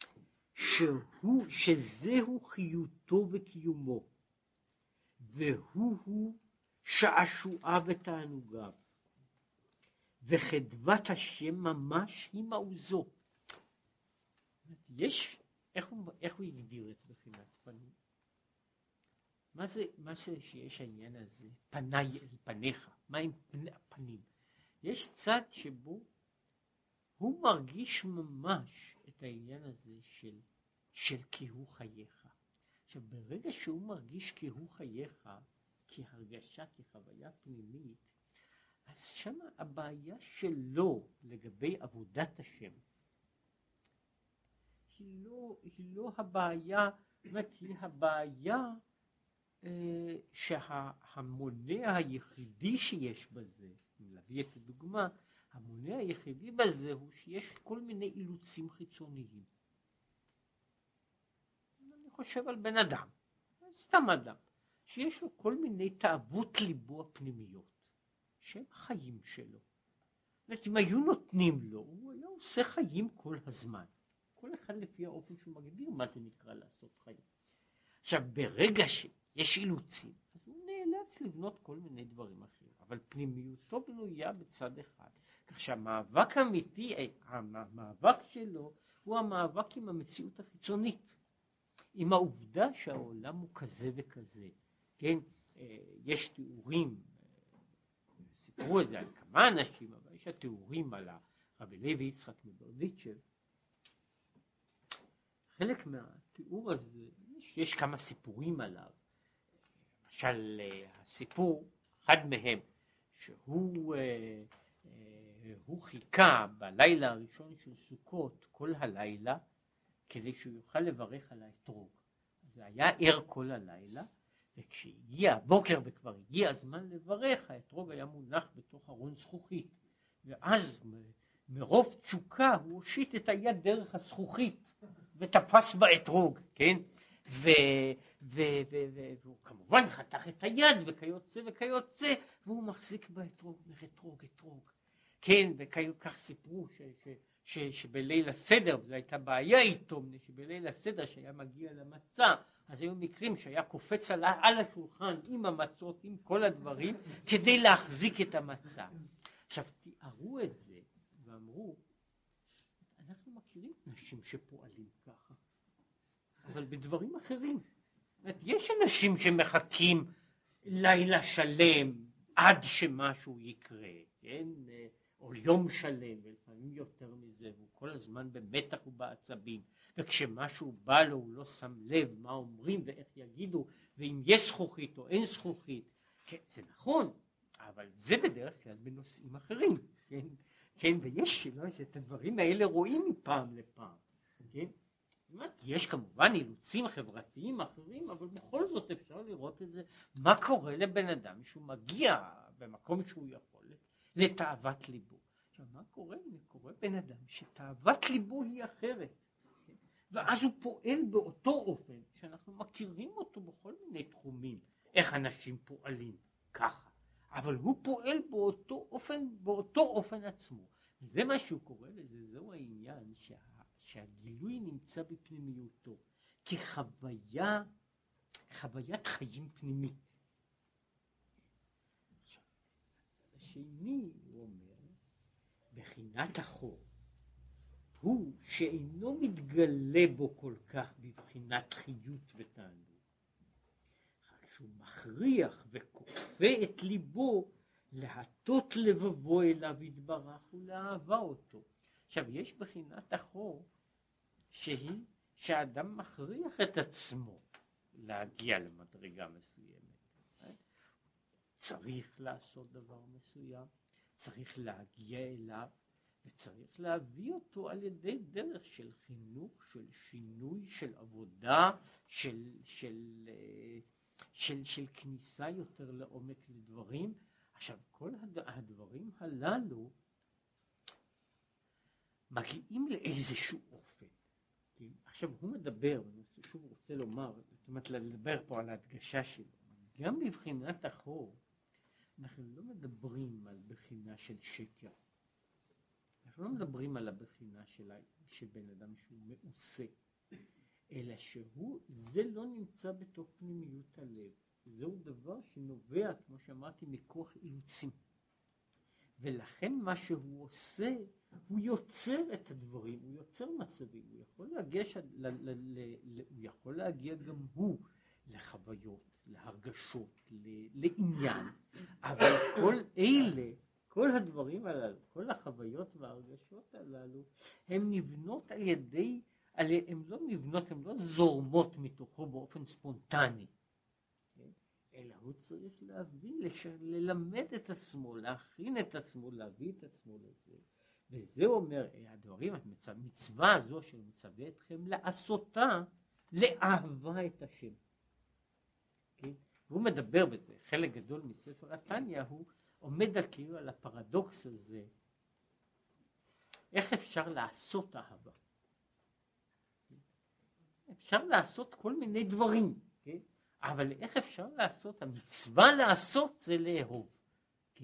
שזהו חיותו וקיומו, והוא שעשועיו ותענוגיו, וחדוות השם ממש היא מעוזו. איך הוא הגדיר את בחינת פנים? מה זה שיש העניין הזה? פניך. מה עם הפנים? יש צד שבו הוא מרגיש ממש את העניין הזה של כהוא חייך. עכשיו, ברגע שהוא מרגיש כהוא חייך, כהרגשה, כחוויה פנימית, אז שמה הבעיה שלו לגבי עבודת השם, היא לא הבעיה, זאת אומרת, היא הבעיה שהמונע היחידי שיש בזה, אם להביא את הדוגמה, המונע היחידי בזה הוא שיש כל מיני אילוצים חיצוניים. אני חושב על בן אדם, סתם אדם, שיש לו כל מיני תאוות ליבו הפנימיות, שהם החיים שלו. זאת אומרת, אם היו נותנים לו, הוא היה עושה חיים כל הזמן. כל אחד לפי האופן שהוא מגדיר מה זה נקרא לעשות חיים. עכשיו, ברגע שיש אילוצים, אז הוא נאלץ לבנות כל מיני דברים אחרים, אבל פנימיותו בנויה בצד אחד. כך שהמאבק האמיתי, המאבק שלו, הוא המאבק עם המציאות החיצונית. עם העובדה שהעולם הוא כזה וכזה. כן, יש תיאורים, דיברו את זה על כמה אנשים, אבל יש התיאורים על הרבי לוי יצחק מברדיצ'ב. חלק מהתיאור הזה, יש כמה סיפורים עליו. למשל הסיפור, אחד מהם, שהוא חיכה בלילה הראשון של סוכות כל הלילה, כדי שהוא יוכל לברך על האתרוג. זה היה ער כל הלילה, וכשהגיע הבוקר וכבר הגיע הזמן לברך, האתרוג היה מונח בתוך ארון זכוכית. ואז מרוב תשוקה הוא הושיט את היד דרך הזכוכית ותפס באתרוג, כן? והוא כמובן חתך את היד וכיוצא, והוא מחזיק באתרוג, אתרוג. כן, וכך סיפרו שבליל הסדר, זו הייתה בעיה איתו, שבליל הסדר שהיה מגיע למצה, אז היו מקרים שהיה קופץ על השולחן עם המצות, עם כל הדברים, כדי להחזיק את המצה. עכשיו, תיארו את זה ואמרו, אנחנו מכירים נשים שפועלים ככה, אבל בדברים אחרים. יש אנשים שמחכים לילה שלם עד שמשהו יקרה, כן? או יום שלם, ולפעמים יותר מזה, והוא כל הזמן במתח ובעצבים, וכשמשהו בא לו הוא לא שם לב מה אומרים ואיך יגידו, ואם יש זכוכית או אין זכוכית. כן, זה נכון, אבל זה בדרך כלל בנושאים אחרים, כן? כן, ויש את הדברים האלה רואים מפעם לפעם, כן? יש כמובן אילוצים חברתיים אחרים, אבל בכל זאת אפשר לראות את זה, מה קורה לבן אדם שהוא מגיע במקום שהוא יכול לתאוות ליבו. עכשיו, מה קורה? קורה בן אדם שתאוות ליבו היא אחרת, כן? ואז הוא פועל באותו אופן שאנחנו מכירים אותו בכל מיני תחומים, איך אנשים פועלים ככה, אבל הוא פועל באותו אופן עצמו. וזה מה שהוא קורא לזה, זהו העניין שהגילוי נמצא בפנימיותו, כחוויית חיים פנימית. השני, הוא אומר, בחינת החור, הוא שאינו מתגלה בו כל כך בבחינת חיות ותענוג, רק שהוא מכריח וכופה את ליבו להטות לבבו אליו יתברך ולאהבה אותו. עכשיו, יש בחינת החור שהיא שהאדם מכריח את עצמו להגיע למדרגה מסוימת. צריך לעשות דבר מסוים, צריך להגיע אליו, וצריך להביא אותו על ידי דרך של חינוך, של שינוי, של עבודה, של כניסה יותר לעומק לדברים. עכשיו, כל הדברים הללו מגיעים לאיזשהו אופן. כן? עכשיו, הוא מדבר, אני שוב רוצה לומר, זאת אומרת, לדבר פה על ההדגשה שלו. גם בבחינת החור, אנחנו לא מדברים על בחינה של שקר. אנחנו לא מדברים על הבחינה של בן אדם שהוא מעושה, אלא זה לא נמצא בתוך פנימיות הלב. זהו דבר שנובע, כמו שאמרתי, מכוח אילוצים. ולכן מה שהוא עושה, הוא יוצר את הדברים, הוא יוצר מצבים, הוא יכול להגיע גם הוא לחוויות, להרגשות, לעניין, אבל כל הדברים הללו, כל החוויות וההרגשות הללו, הן נבנות על ידי, הן לא זורמות מתוכו באופן ספונטני, אלא הוא צריך להביא, ללמד את עצמו, להכין את עצמו, להביא את עצמו לזה. וזה אומר, הדברים, המצווה הזו של מצווה אתכם לעשותה, לאהבה את השם. כן? והוא מדבר בזה, חלק גדול מספר התניא, הוא עומד כאילו על הפרדוקס הזה, איך אפשר לעשות אהבה? אפשר לעשות כל מיני דברים, כן? אבל איך אפשר לעשות? המצווה לעשות זה לאהוב. כן?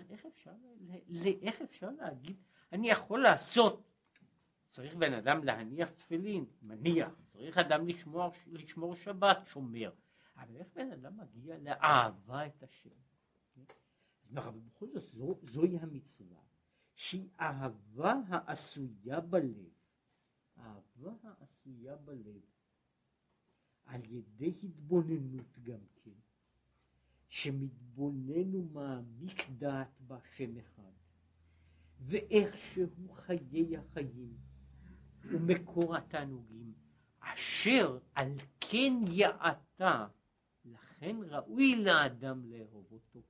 איך אפשר להגיד, אני יכול לעשות, צריך בן אדם להניח תפילין, מניח, צריך אדם לשמור שבת, שומר, אבל איך בן אדם מגיע לאהבה את השם? אבל בכל זאת זוהי המצווה, שהיא אהבה העשויה בלב, אהבה העשויה בלב, על ידי התבוננות גם כן, שמתבונן ומעמיק דעת בהשם אחד, ואיך שהוא חיי החיים ומקור התענוגים, אשר על כן יעתה, לכן ראוי לאדם לאהוב אותו.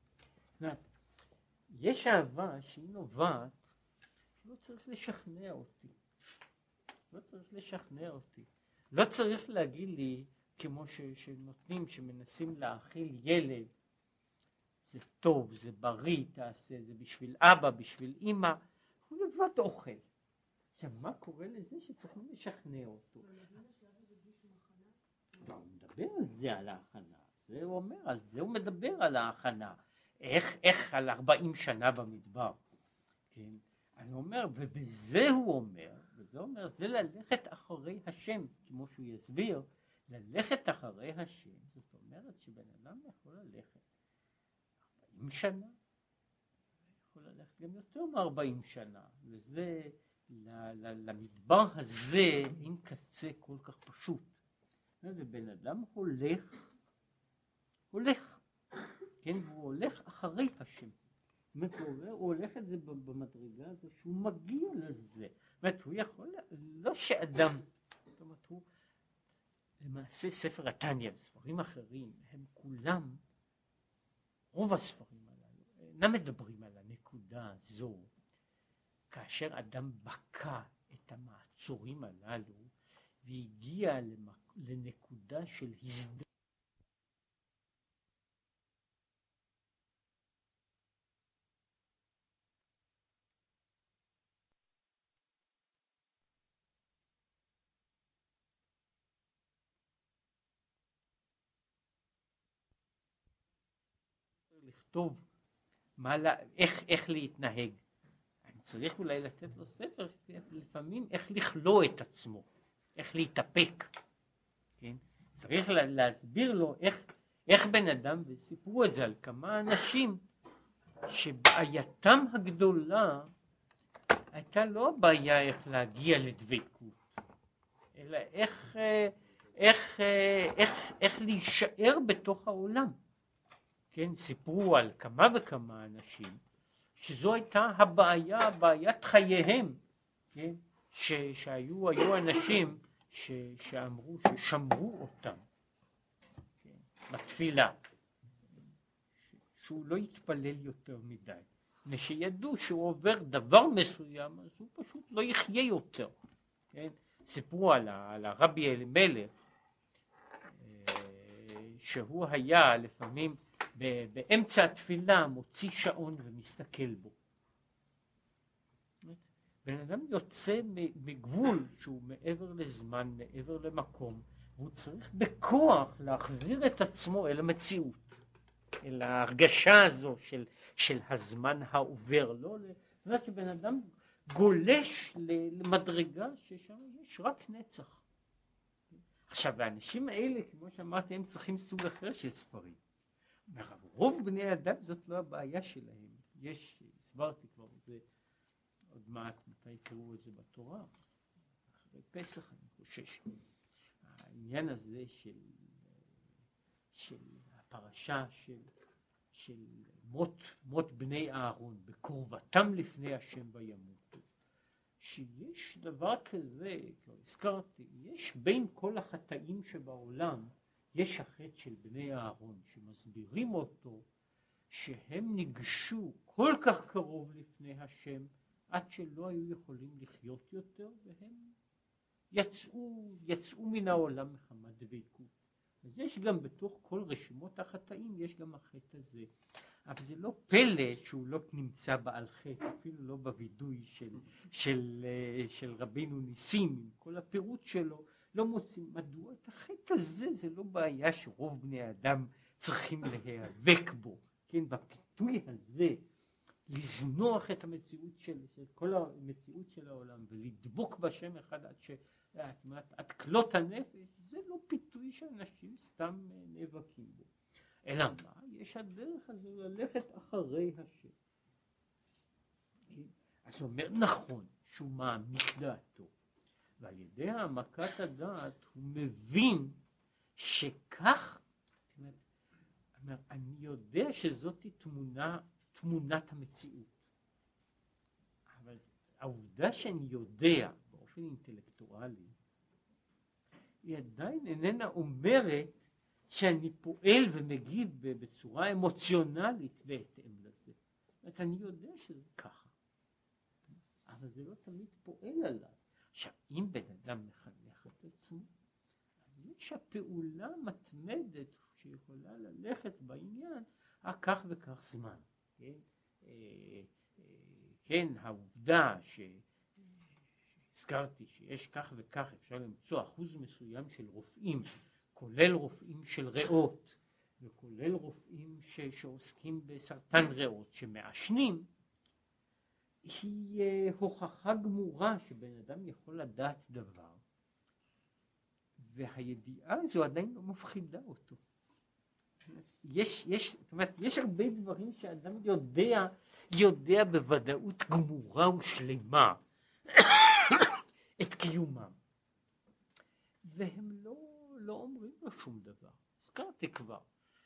יש אהבה שהיא נובעת, לא צריך לשכנע אותי. לא צריך להגיד לי, כמו שנותנים, שמנסים להאכיל ילד, זה טוב, זה בריא, תעשה, זה בשביל אבא, בשביל אמא, הוא לבד אוכל. עכשיו, מה קורה לזה שצריכים לשכנע אותו? הוא מדבר על זה, על ההכנה. זה הוא אומר, על זה הוא מדבר, על ההכנה. איך על 40 שנה במדבר. כן? אני אומר, ובזה הוא אומר, זה ללכת אחרי השם, כמו שהוא יסביר, ללכת אחרי השם, זאת אומרת שבן אדם יכול ללכת 40 שנה, יכול ללכת גם יותר מ-40 שנה, וזה, למדבר הזה אין קצה כל כך פשוט. ובן אדם הולך, כן, והוא הולך אחרי השם. זאת אומרת, הוא הולך את זה במדרגה הזו, שהוא מגיע לזה. זאת אומרת, הוא יכול, לא שאדם, זאת אומרת, הוא, למעשה ספר התניא וספרים אחרים, הם כולם, רוב הספרים הללו, אינם מדברים על הנקודה הזו, כאשר אדם בקע את המעצורים הללו, והגיע לנקודה של הזדמנות, לכתוב איך להתנהג. אני צריך אולי לתת לו ספר לפעמים איך לכלוא את עצמו, איך להתאפק. כן? צריך להסביר לו איך בן אדם, וסיפרו את זה על כמה אנשים, שבעייתם הגדולה הייתה לא הבעיה איך להגיע לדבקות, אלא איך להישאר בתוך העולם. כן, סיפרו על כמה וכמה אנשים שזו הייתה בעיית חייהם, כן, שהיו אנשים שאמרו ששמרו אותם, כן, בתפילה, שהוא לא יתפלל יותר מדי, ושידעו שהוא עובר דבר מסוים, אז הוא פשוט לא יחיה יותר. כן, סיפרו על הרבי אלימלך, שהוא היה לפעמים באמצע התפילה מוציא שעון ומסתכל בו. בן אדם יוצא מגבול שהוא מעבר לזמן, מעבר למקום, והוא צריך בכוח להחזיר את עצמו אל המציאות, אל ההרגשה הזו של הזמן העובר. לא, זאת אומרת שבן אדם גולש למדרגה ששם יש רק נצח. עכשיו, האנשים האלה, כמו שאמרתי, הם צריכים סוג אחר של ספרים. רוב בני אדם זאת לא הבעיה שלהם. הסברתי כבר, זה עוד מעט מתי יקראו את זה בתורה, אחרי פסח אני חושש. העניין הזה של הפרשה של מות בני אהרון בקרבתם לפני השם וימותו, שיש דבר כזה, כבר הזכרתי, יש בין כל החטאים שבעולם, יש החטא של בני אהרון שמסבירים אותו, שהם ניגשו כל כך קרוב לפני השם עד שלא היו יכולים לחיות יותר, והם יצאו מן העולם מחמת דבקות. אז יש גם בתוך כל רשימות החטאים יש גם החטא הזה, אבל זה לא פלא שהוא לא נמצא בעל חטא, אפילו לא בווידוי של רבינו ניסים, עם כל הפירוט שלו. לא מוצאים מדוע את החטא הזה, זה לא בעיה שרוב בני האדם צריכים להיאבק בו, כן, בפיתוי הזה, לזנוח את המציאות של כל המציאות של העולם, ולדבוק בשם אחד עד כלות הנפש, זה לא פיתוי שאנשים סתם נאבקים בו. אלא מה? יש הדרך הזו ללכת אחרי השם. כן? אז הוא אומר נכון, שהוא מעמיק דעתו. ועל ידי העמקת הדעת הוא מבין שכך, אני יודע שזאת תמונת המציאות, אבל העובדה שאני יודע באופן אינטלקטואלי היא עדיין איננה אומרת שאני פועל ומגיב בצורה אמוציונלית בהתאם לזה. זאת אומרת, אני יודע שזה ככה, אבל זה לא תמיד פועל עליי. עכשיו, אם בן אדם מחנך את עצמו, אז יש הפעולה מתמדת שיכולה ללכת בעניין כך וכך זמן. כן? כן, העובדה שהזכרתי שיש כך וכך, אפשר למצוא אחוז מסוים של רופאים, כולל רופאים של ריאות, וכולל רופאים שעוסקים בסרטן ריאות, שמעשנים, היא הוכחה גמורה שבן אדם יכול לדעת דבר, והידיעה הזו עדיין לא מפחידה אותו. זאת אומרת, יש הרבה דברים שאדם יודע בוודאות גמורה ושלמה את קיומם, והם לא אומרים לו שום דבר. הזכרתי כבר,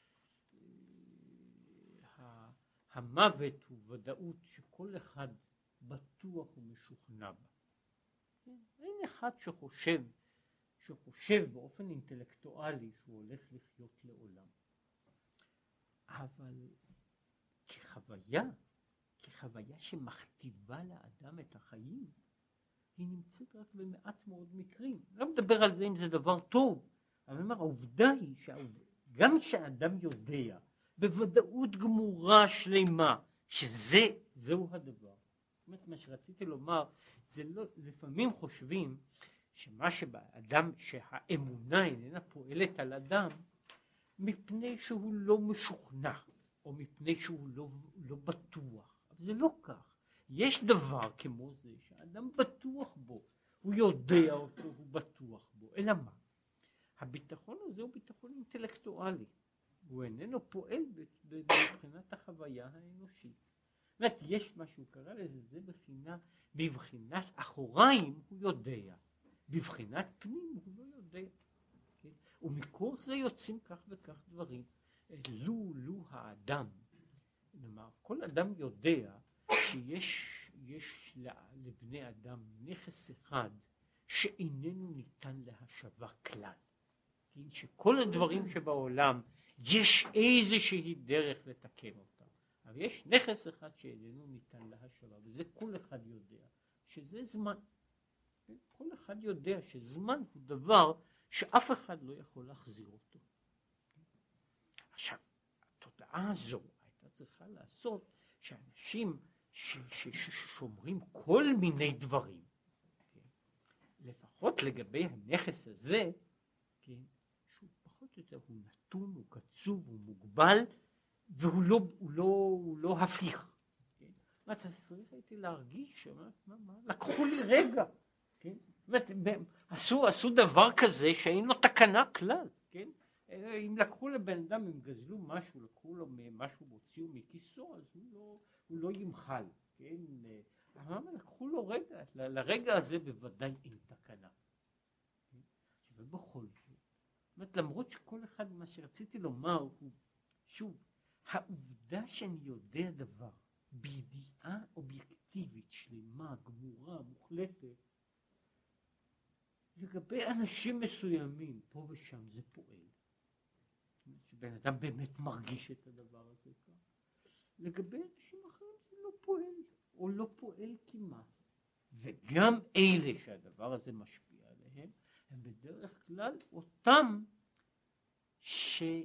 המוות הוא ודאות שכל אחד בטוח ומשוכנע בה. אין אחד שחושב באופן אינטלקטואלי שהוא הולך לחיות לעולם. אבל כחוויה שמכתיבה לאדם את החיים, היא נמצאת רק במעט מאוד מקרים. לא מדבר על זה אם זה דבר טוב, אבל אני אומר, העובדה היא גם שהאדם יודע בוודאות גמורה שלמה שזהו הדבר. זאת אומרת, מה שרציתי לומר, זה לא, לפעמים חושבים שמה שבאדם, שהאמונה איננה פועלת על אדם מפני שהוא לא משוכנע או מפני שהוא לא בטוח. אבל זה לא כך. יש דבר כמו זה שהאדם בטוח בו, הוא יודע אותו, הוא בטוח בו. אלא מה? הביטחון הזה הוא ביטחון אינטלקטואלי. הוא איננו פועל מבחינת החוויה האנושית. זאת אומרת, יש מה שהוא קרא לזה, זה בבחינת אחוריים הוא יודע, בבחינת פנים הוא לא יודע. כן? ומכוח זה יוצאים כך וכך דברים. לו האדם, כלומר, כל אדם יודע שיש לבני אדם נכס אחד שאיננו ניתן להשבה כלל. כן? שכל הדברים שבעולם יש איזושהי דרך לתקן אותם. אבל יש נכס אחד שאיננו ניתן להשבה, וזה כל אחד יודע, שזה זמן. כל אחד יודע שזמן הוא דבר שאף אחד לא יכול להחזיר אותו. עכשיו, התודעה הזו הייתה צריכה לעשות שאנשים ששומרים כל מיני דברים, כן? לפחות לגבי הנכס הזה, כן? שהוא פחות או יותר, הוא נתון, הוא קצוב, הוא מוגבל, והוא לא הפיך. כן? מה אתה צריך הייתי להרגיש, לקחו לי רגע, כן? עשו דבר כזה שאין לו תקנה כלל, כן? אם לקחו לבן אדם, אם גזלו משהו, לקחו לו משהו, הוציאו מכיסו, אז הוא לא ימחל, כן? אבל לקחו לו רגע, לרגע הזה בוודאי אין תקנה. ובכל זאת, למרות שכל אחד מה שרציתי לומר הוא, שוב, העובדה שאני יודע דבר בידיעה אובייקטיבית, שלמה, גמורה, מוחלטת, לגבי אנשים מסוימים, פה ושם זה פועל. שבן אדם באמת מרגיש את הדבר הזה כאן. לגבי אנשים אחרים זה לא פועל, או לא פועל כמעט. וגם אלה שהדבר הזה משפיע עליהם, הם בדרך כלל אותם שחשבו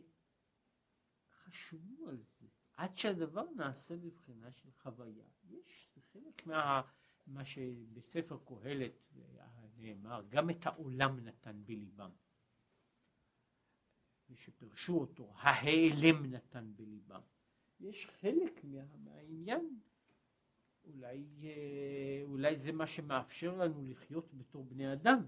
על זה, עד שהדבר נעשה בבחינה של חוויה. זה חלק מה שבספר קהלת נאמר, גם את העולם נתן בליבם. ושפרשו אותו, ההיעלם נתן בליבם. יש חלק מהעניין, אולי זה מה שמאפשר לנו לחיות בתור בני אדם,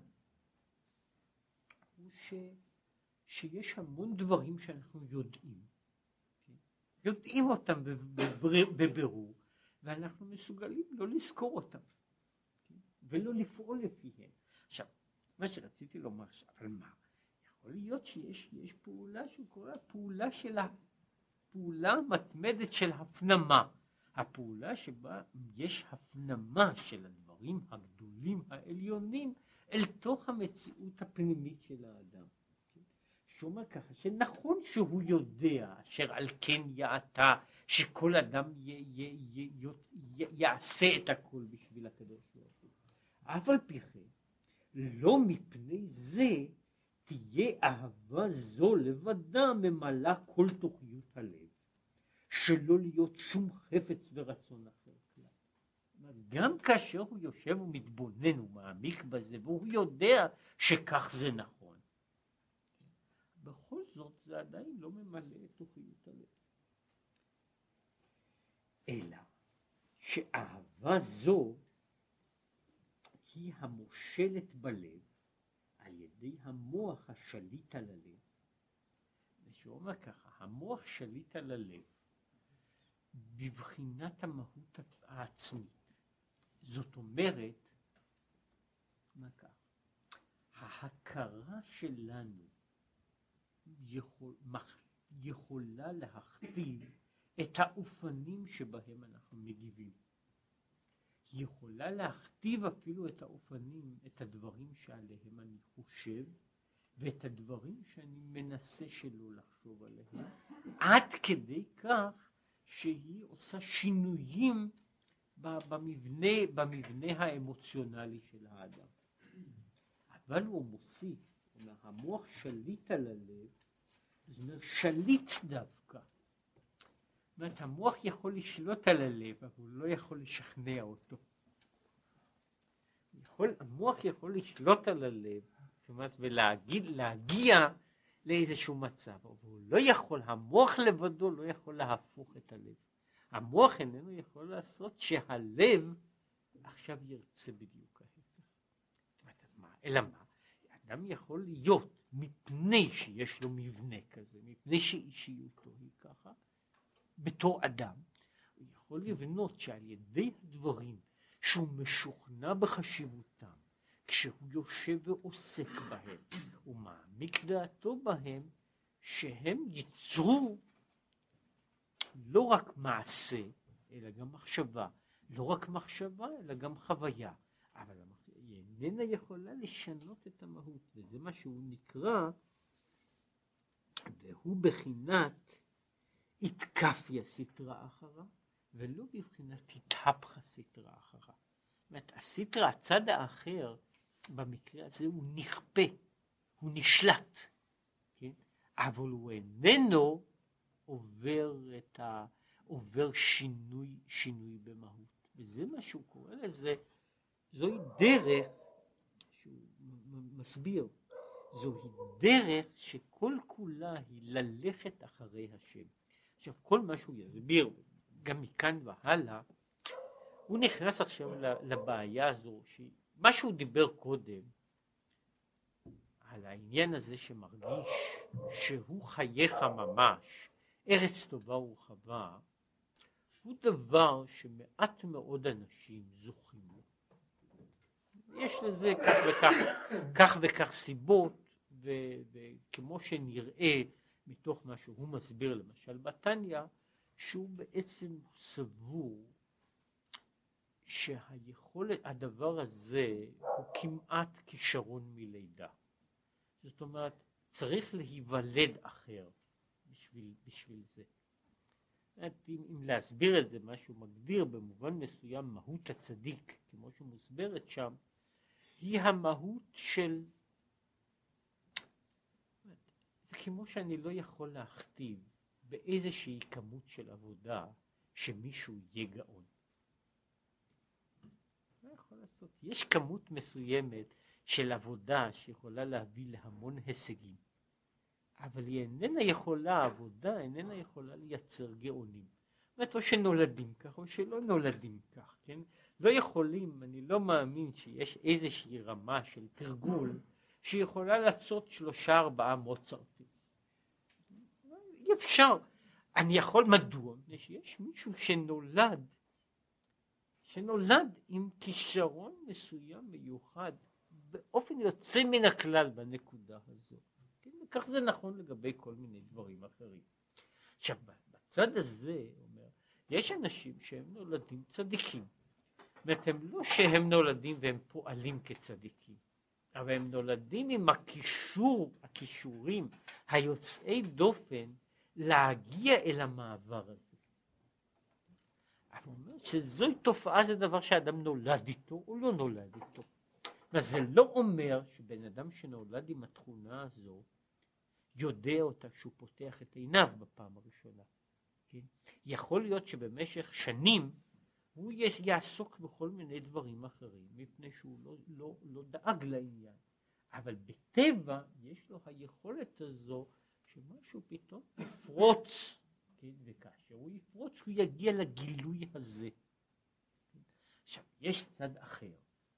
הוא שיש המון דברים שאנחנו יודעים. יודעים אותם בבירור, ואנחנו מסוגלים לא לזכור אותם, ולא לפעול לפיהם. עכשיו, מה שרציתי לומר, אבל מה? יכול להיות שיש פעולה שהוא קורא פעולה פעולה מתמדת של הפנמה. הפעולה שבה יש הפנמה של הדברים הגדולים העליונים אל תוך המציאות הפנימית של האדם. שאומר ככה, שנכון שהוא יודע אשר על כן יעתה, שכל אדם יעשה את הכל בשביל הקדוש ברוך הוא. אף על פי כן, לא מפני זה תהיה אהבה זו לבדה ממלאה כל תוכיות הלב, שלא להיות שום חפץ ורצון אחר כלל. גם כאשר הוא יושב ומתבונן ומעמיק בזה, והוא יודע שכך זה נכון, בכל זאת זה עדיין לא ממלא את תוכיות הלב. אלא שאהבה זו היא המושלת בלב על ידי המוח השליט על הלב. ושהוא אומר ככה, המוח שליט על הלב בבחינת המהות העצמית. זאת אומרת, מה כך? ההכרה שלנו יכולה להכתיב את האופנים שבהם אנחנו מגיבים. היא יכולה להכתיב אפילו את האופנים, את הדברים שעליהם אני חושב, ואת הדברים שאני מנסה שלא לחשוב עליהם, עד כדי כך שהיא עושה שינויים במבנה האמוציונלי של האדם. אבל הוא מוסיף, אומר, המוח שליט על הלב, זאת אומרת, שליט דווקא. זאת אומרת, המוח יכול לשלוט על הלב, אבל הוא לא יכול לשכנע אותו. המוח יכול לשלוט על הלב, זאת אומרת, ולהגיע לאיזשהו מצב, אבל הוא לא יכול, המוח לבדו לא יכול להפוך את הלב. המוח איננו יכול לעשות שהלב עכשיו ירצה בדיוק ההפך. אלא מה? אדם יכול להיות, מפני שיש לו מבנה כזה, מפני שאישיותו היא ככה, בתור אדם, הוא יכול לבנות שעל ידי הדברים שהוא משוכנע בחשיבותם, כשהוא יושב ועוסק בהם, הוא מעמיק דעתו בהם, שהם ייצרו לא רק מעשה, אלא גם מחשבה, לא רק מחשבה, אלא גם חוויה, אבל היא איננה יכולה לשנות את המהות, וזה מה שהוא נקרא, והוא בחינת התקפיה סתרא אחרא, ולא בבחינת התהפכה סתרא אחרא. זאת אומרת, הסתרא, הצד האחר, במקרה הזה הוא נכפה, הוא נשלט, כן? אבל הוא איננו עובר שינוי במהות. וזה מה שהוא קורא לזה, זוהי דרך, שהוא מסביר, זוהי דרך שכל כולה היא ללכת אחרי השם. עכשיו, כל מה שהוא יסביר, גם מכאן והלאה, הוא נכנס עכשיו לבעיה הזו, מה שהוא דיבר קודם, על העניין הזה שמרגיש שהוא חייך ממש, ארץ טובה ורחבה, הוא דבר שמעט מאוד אנשים זוכים לו. יש לזה כך וכך סיבות, וכמו שנראה מתוך מה שהוא מסביר למשל בתניא, שהוא בעצם סבור שהיכולת, הדבר הזה הוא כמעט כישרון מלידה. זאת אומרת, צריך להיוולד אחר בשביל זה. אם להסביר את זה, מה שהוא מגדיר במובן מסוים מהות הצדיק, כמו שמוסברת שם, היא המהות של, זה כמו שאני לא יכול להכתיב באיזושהי כמות של עבודה שמישהו יהיה גאון. לא יכול לעשות. יש כמות מסוימת של עבודה שיכולה להביא להמון הישגים, אבל היא איננה יכולה, העבודה איננה יכולה לייצר גאונים. זאת אומרת, או שנולדים כך או שלא נולדים כך, כן? לא יכולים, אני לא מאמין שיש איזושהי רמה של תרגול שיכולה לעשות 3-4 מוצרטים. אי אפשר. אני יכול, מדוע? שיש מישהו שנולד עם כישרון מסוים מיוחד, באופן יוצא מן הכלל בנקודה הזו. כן? וכך זה נכון לגבי כל מיני דברים אחרים. עכשיו, הצד הזה אומר, יש אנשים שהם נולדים צדיקים. זאת אומרת, הם לא שהם נולדים והם פועלים כצדיקים, אבל הם נולדים עם הכישורים היוצאי דופן להגיע אל המעבר הזה. אבל הוא אומר שזוהי תופעה, זה דבר שאדם נולד איתו או לא נולד איתו. זה לא אומר שבן אדם שנולד עם התכונה הזו יודע אותה שהוא פותח את עיניו בפעם הראשונה. כן? יכול להיות שבמשך שנים הוא יעסוק בכל מיני דברים אחרים, מפני שהוא לא דאג לעניין. אבל בטבע יש לו היכולת הזו שמשהו פתאום יפרוץ, כן? וכאשר הוא יפרוץ הוא יגיע לגילוי הזה. עכשיו, יש צד אחר,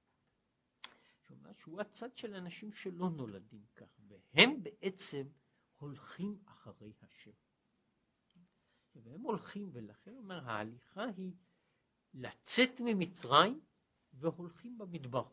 שהוא הצד של אנשים שלא נולדים כך, והם בעצם הולכים אחרי השם. והם הולכים, ולכן אומר, ההליכה היא לצאת ממצרים והולכים במדבר.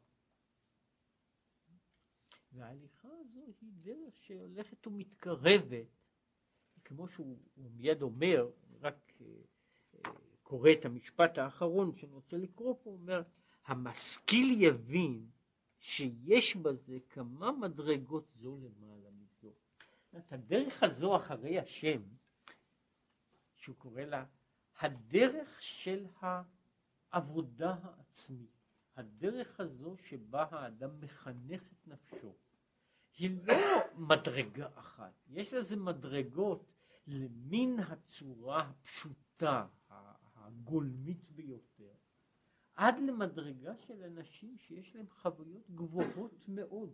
וההליכה הזו היא דרך שהולכת ומתקרבת, כמו שהוא מיד אומר, רק קורא את המשפט האחרון שאני רוצה לקרוא פה, הוא אומר, המשכיל יבין שיש בזה כמה מדרגות זו למעלה מזו. הדרך הזו אחרי השם, שהוא קורא לה הדרך של העבודה העצמית, הדרך הזו שבה האדם מחנך את נפשו, היא לא מדרגה אחת, יש לזה מדרגות למין הצורה הפשוטה, הגולמית ביותר, עד למדרגה של אנשים שיש להם חוויות גבוהות מאוד.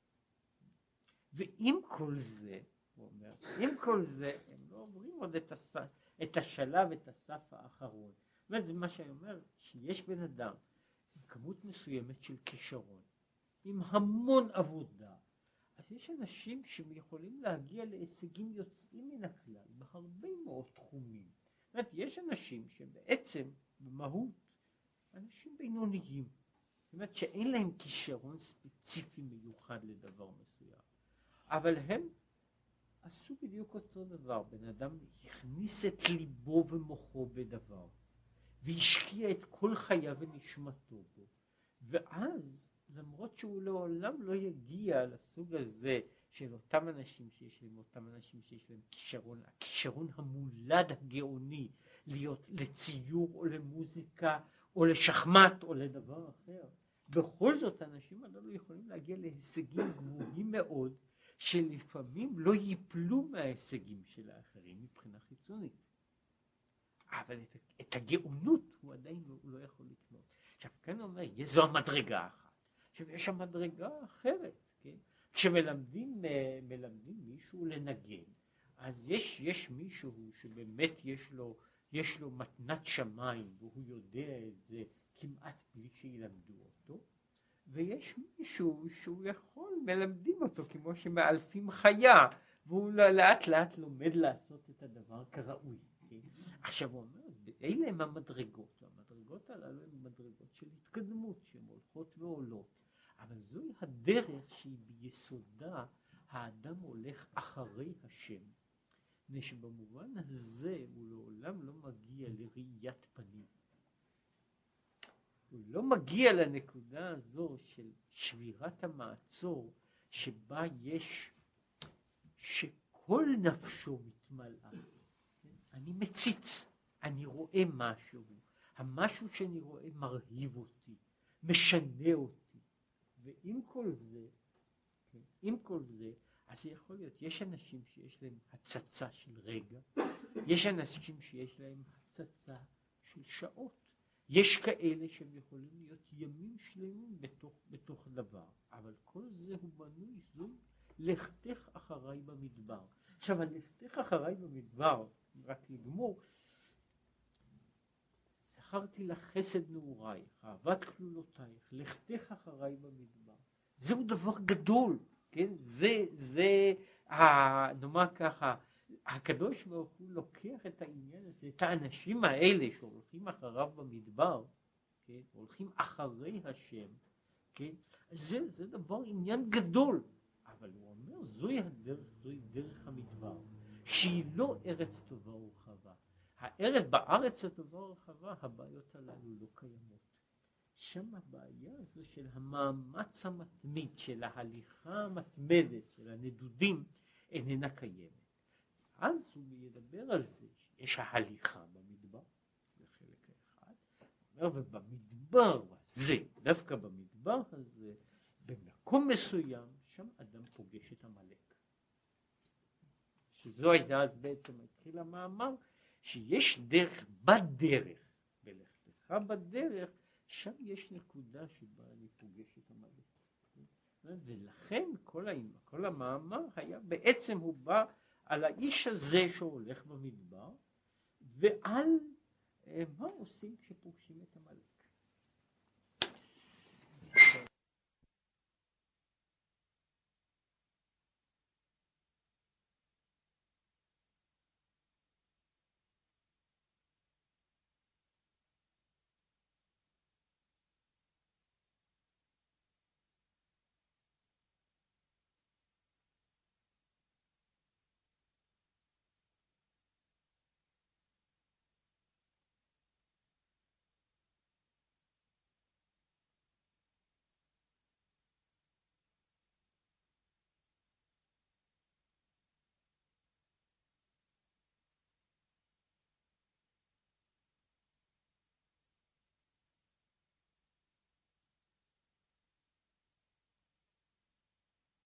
ועם כל זה, הוא אומר, עם כל זה, הם לא עוברים עוד את השלב, את הסף האחרון. זאת אומרת, זה מה שאני אומר, שיש בן אדם עם כמות מסוימת של כישרון, עם המון עבודה, אז יש אנשים שיכולים להגיע להישגים יוצאים מן הכלל, בהרבה מאוד תחומים. זאת אומרת, יש אנשים שבעצם, במהות, אנשים בינוניים. זאת אומרת, שאין להם כישרון ספציפי מיוחד לדבר מסוים. אבל הם עשו בדיוק אותו דבר. בן אדם הכניס את ליבו ומוחו בדבר, והשקיע את כל חייו ונשמתו בו. ואז, למרות שהוא לעולם לא יגיע לסוג הזה של אותם אנשים שיש להם כישרון, הכישרון המולד הגאוני, להיות לציור או למוזיקה או לשחמט או לדבר אחר. בכל זאת, האנשים הללו יכולים להגיע להישגים גבוהים מאוד, שלפעמים לא ייפלו מההישגים של האחרים מבחינה חיצונית. אבל את הגאונות הוא עדיין לא יכול לקנות. עכשיו, כאן הוא אומר, זו המדרגה אחת. עכשיו, יש המדרגה אחרת, כן? כשמלמדים מישהו לנגן, אז יש מישהו שבאמת יש לו מתנת שמיים, והוא יודע את זה כמעט בלי שילמדו אותו, ויש מישהו שהוא יכול, מלמדים אותו כמו שמאלפים חיה, והוא לאט לאט לומד לעשות את הדבר כראוי. כן? עכשיו הוא אומר, אלה הם המדרגות, והמדרגות הללו הן מדרגות של התקדמות, שהן הולכות ועולות, אבל זוהי הדרך שהיא ביסודה, האדם הולך אחרי השם, שבמובן הזה הוא לעולם לא מגיע לראיית פנים. הוא לא מגיע לנקודה הזו של שבירת המעצור, שבה יש, שכל נפשו מתמלאה. אני מציץ, אני רואה משהו, המשהו שאני רואה מרהיב אותי, משנה אותי, ועם כל זה, אז זה יכול להיות, יש אנשים שיש להם הצצה של רגע, יש אנשים שיש להם הצצה של שעות, יש כאלה שהם יכולים להיות ימים שלמים בתוך דבר, אבל כל זה הוא בנוי, זו לכתך אחריי במדבר. עכשיו, הלכתך אחריי במדבר, רק לגמור, זכרתי לך חסד נעורייך, אהבת כלולותייך, לכתך אחריי במדבר. זהו דבר גדול, כן? זה נאמר ככה, הקדוש ברוך הוא לוקח את העניין הזה, את האנשים האלה שהולכים אחריו במדבר, כן? הולכים אחרי השם, כן? זה דבר עניין גדול, אבל הוא אומר, זוהי הדרך, זוהי דרך המדבר, שהיא לא ארץ טובה ורחבה, הארץ בארץ הטובה הרחבה, הבעיות הללו לא קיימות. שם הבעיה הזו של המאמץ המתמיד, של ההליכה המתמדת, של הנדודים, איננה קיימת. אז הוא ידבר על זה שיש ההליכה במדבר, זה חלק אחד, ובמדבר הזה, דווקא במדבר הזה, במקום מסוים, שם אדם פוגש את עמלק. שזו הייתה אז בעצם התחיל המאמר, שיש דרך בדרך, בלכתך בדרך, שם יש נקודה שבה אני פוגש את עמלק. ולכן כל המאמר היה, בעצם הוא בא על האיש הזה שהולך במדבר, ועל מה עושים כשפוגשים את עמלק.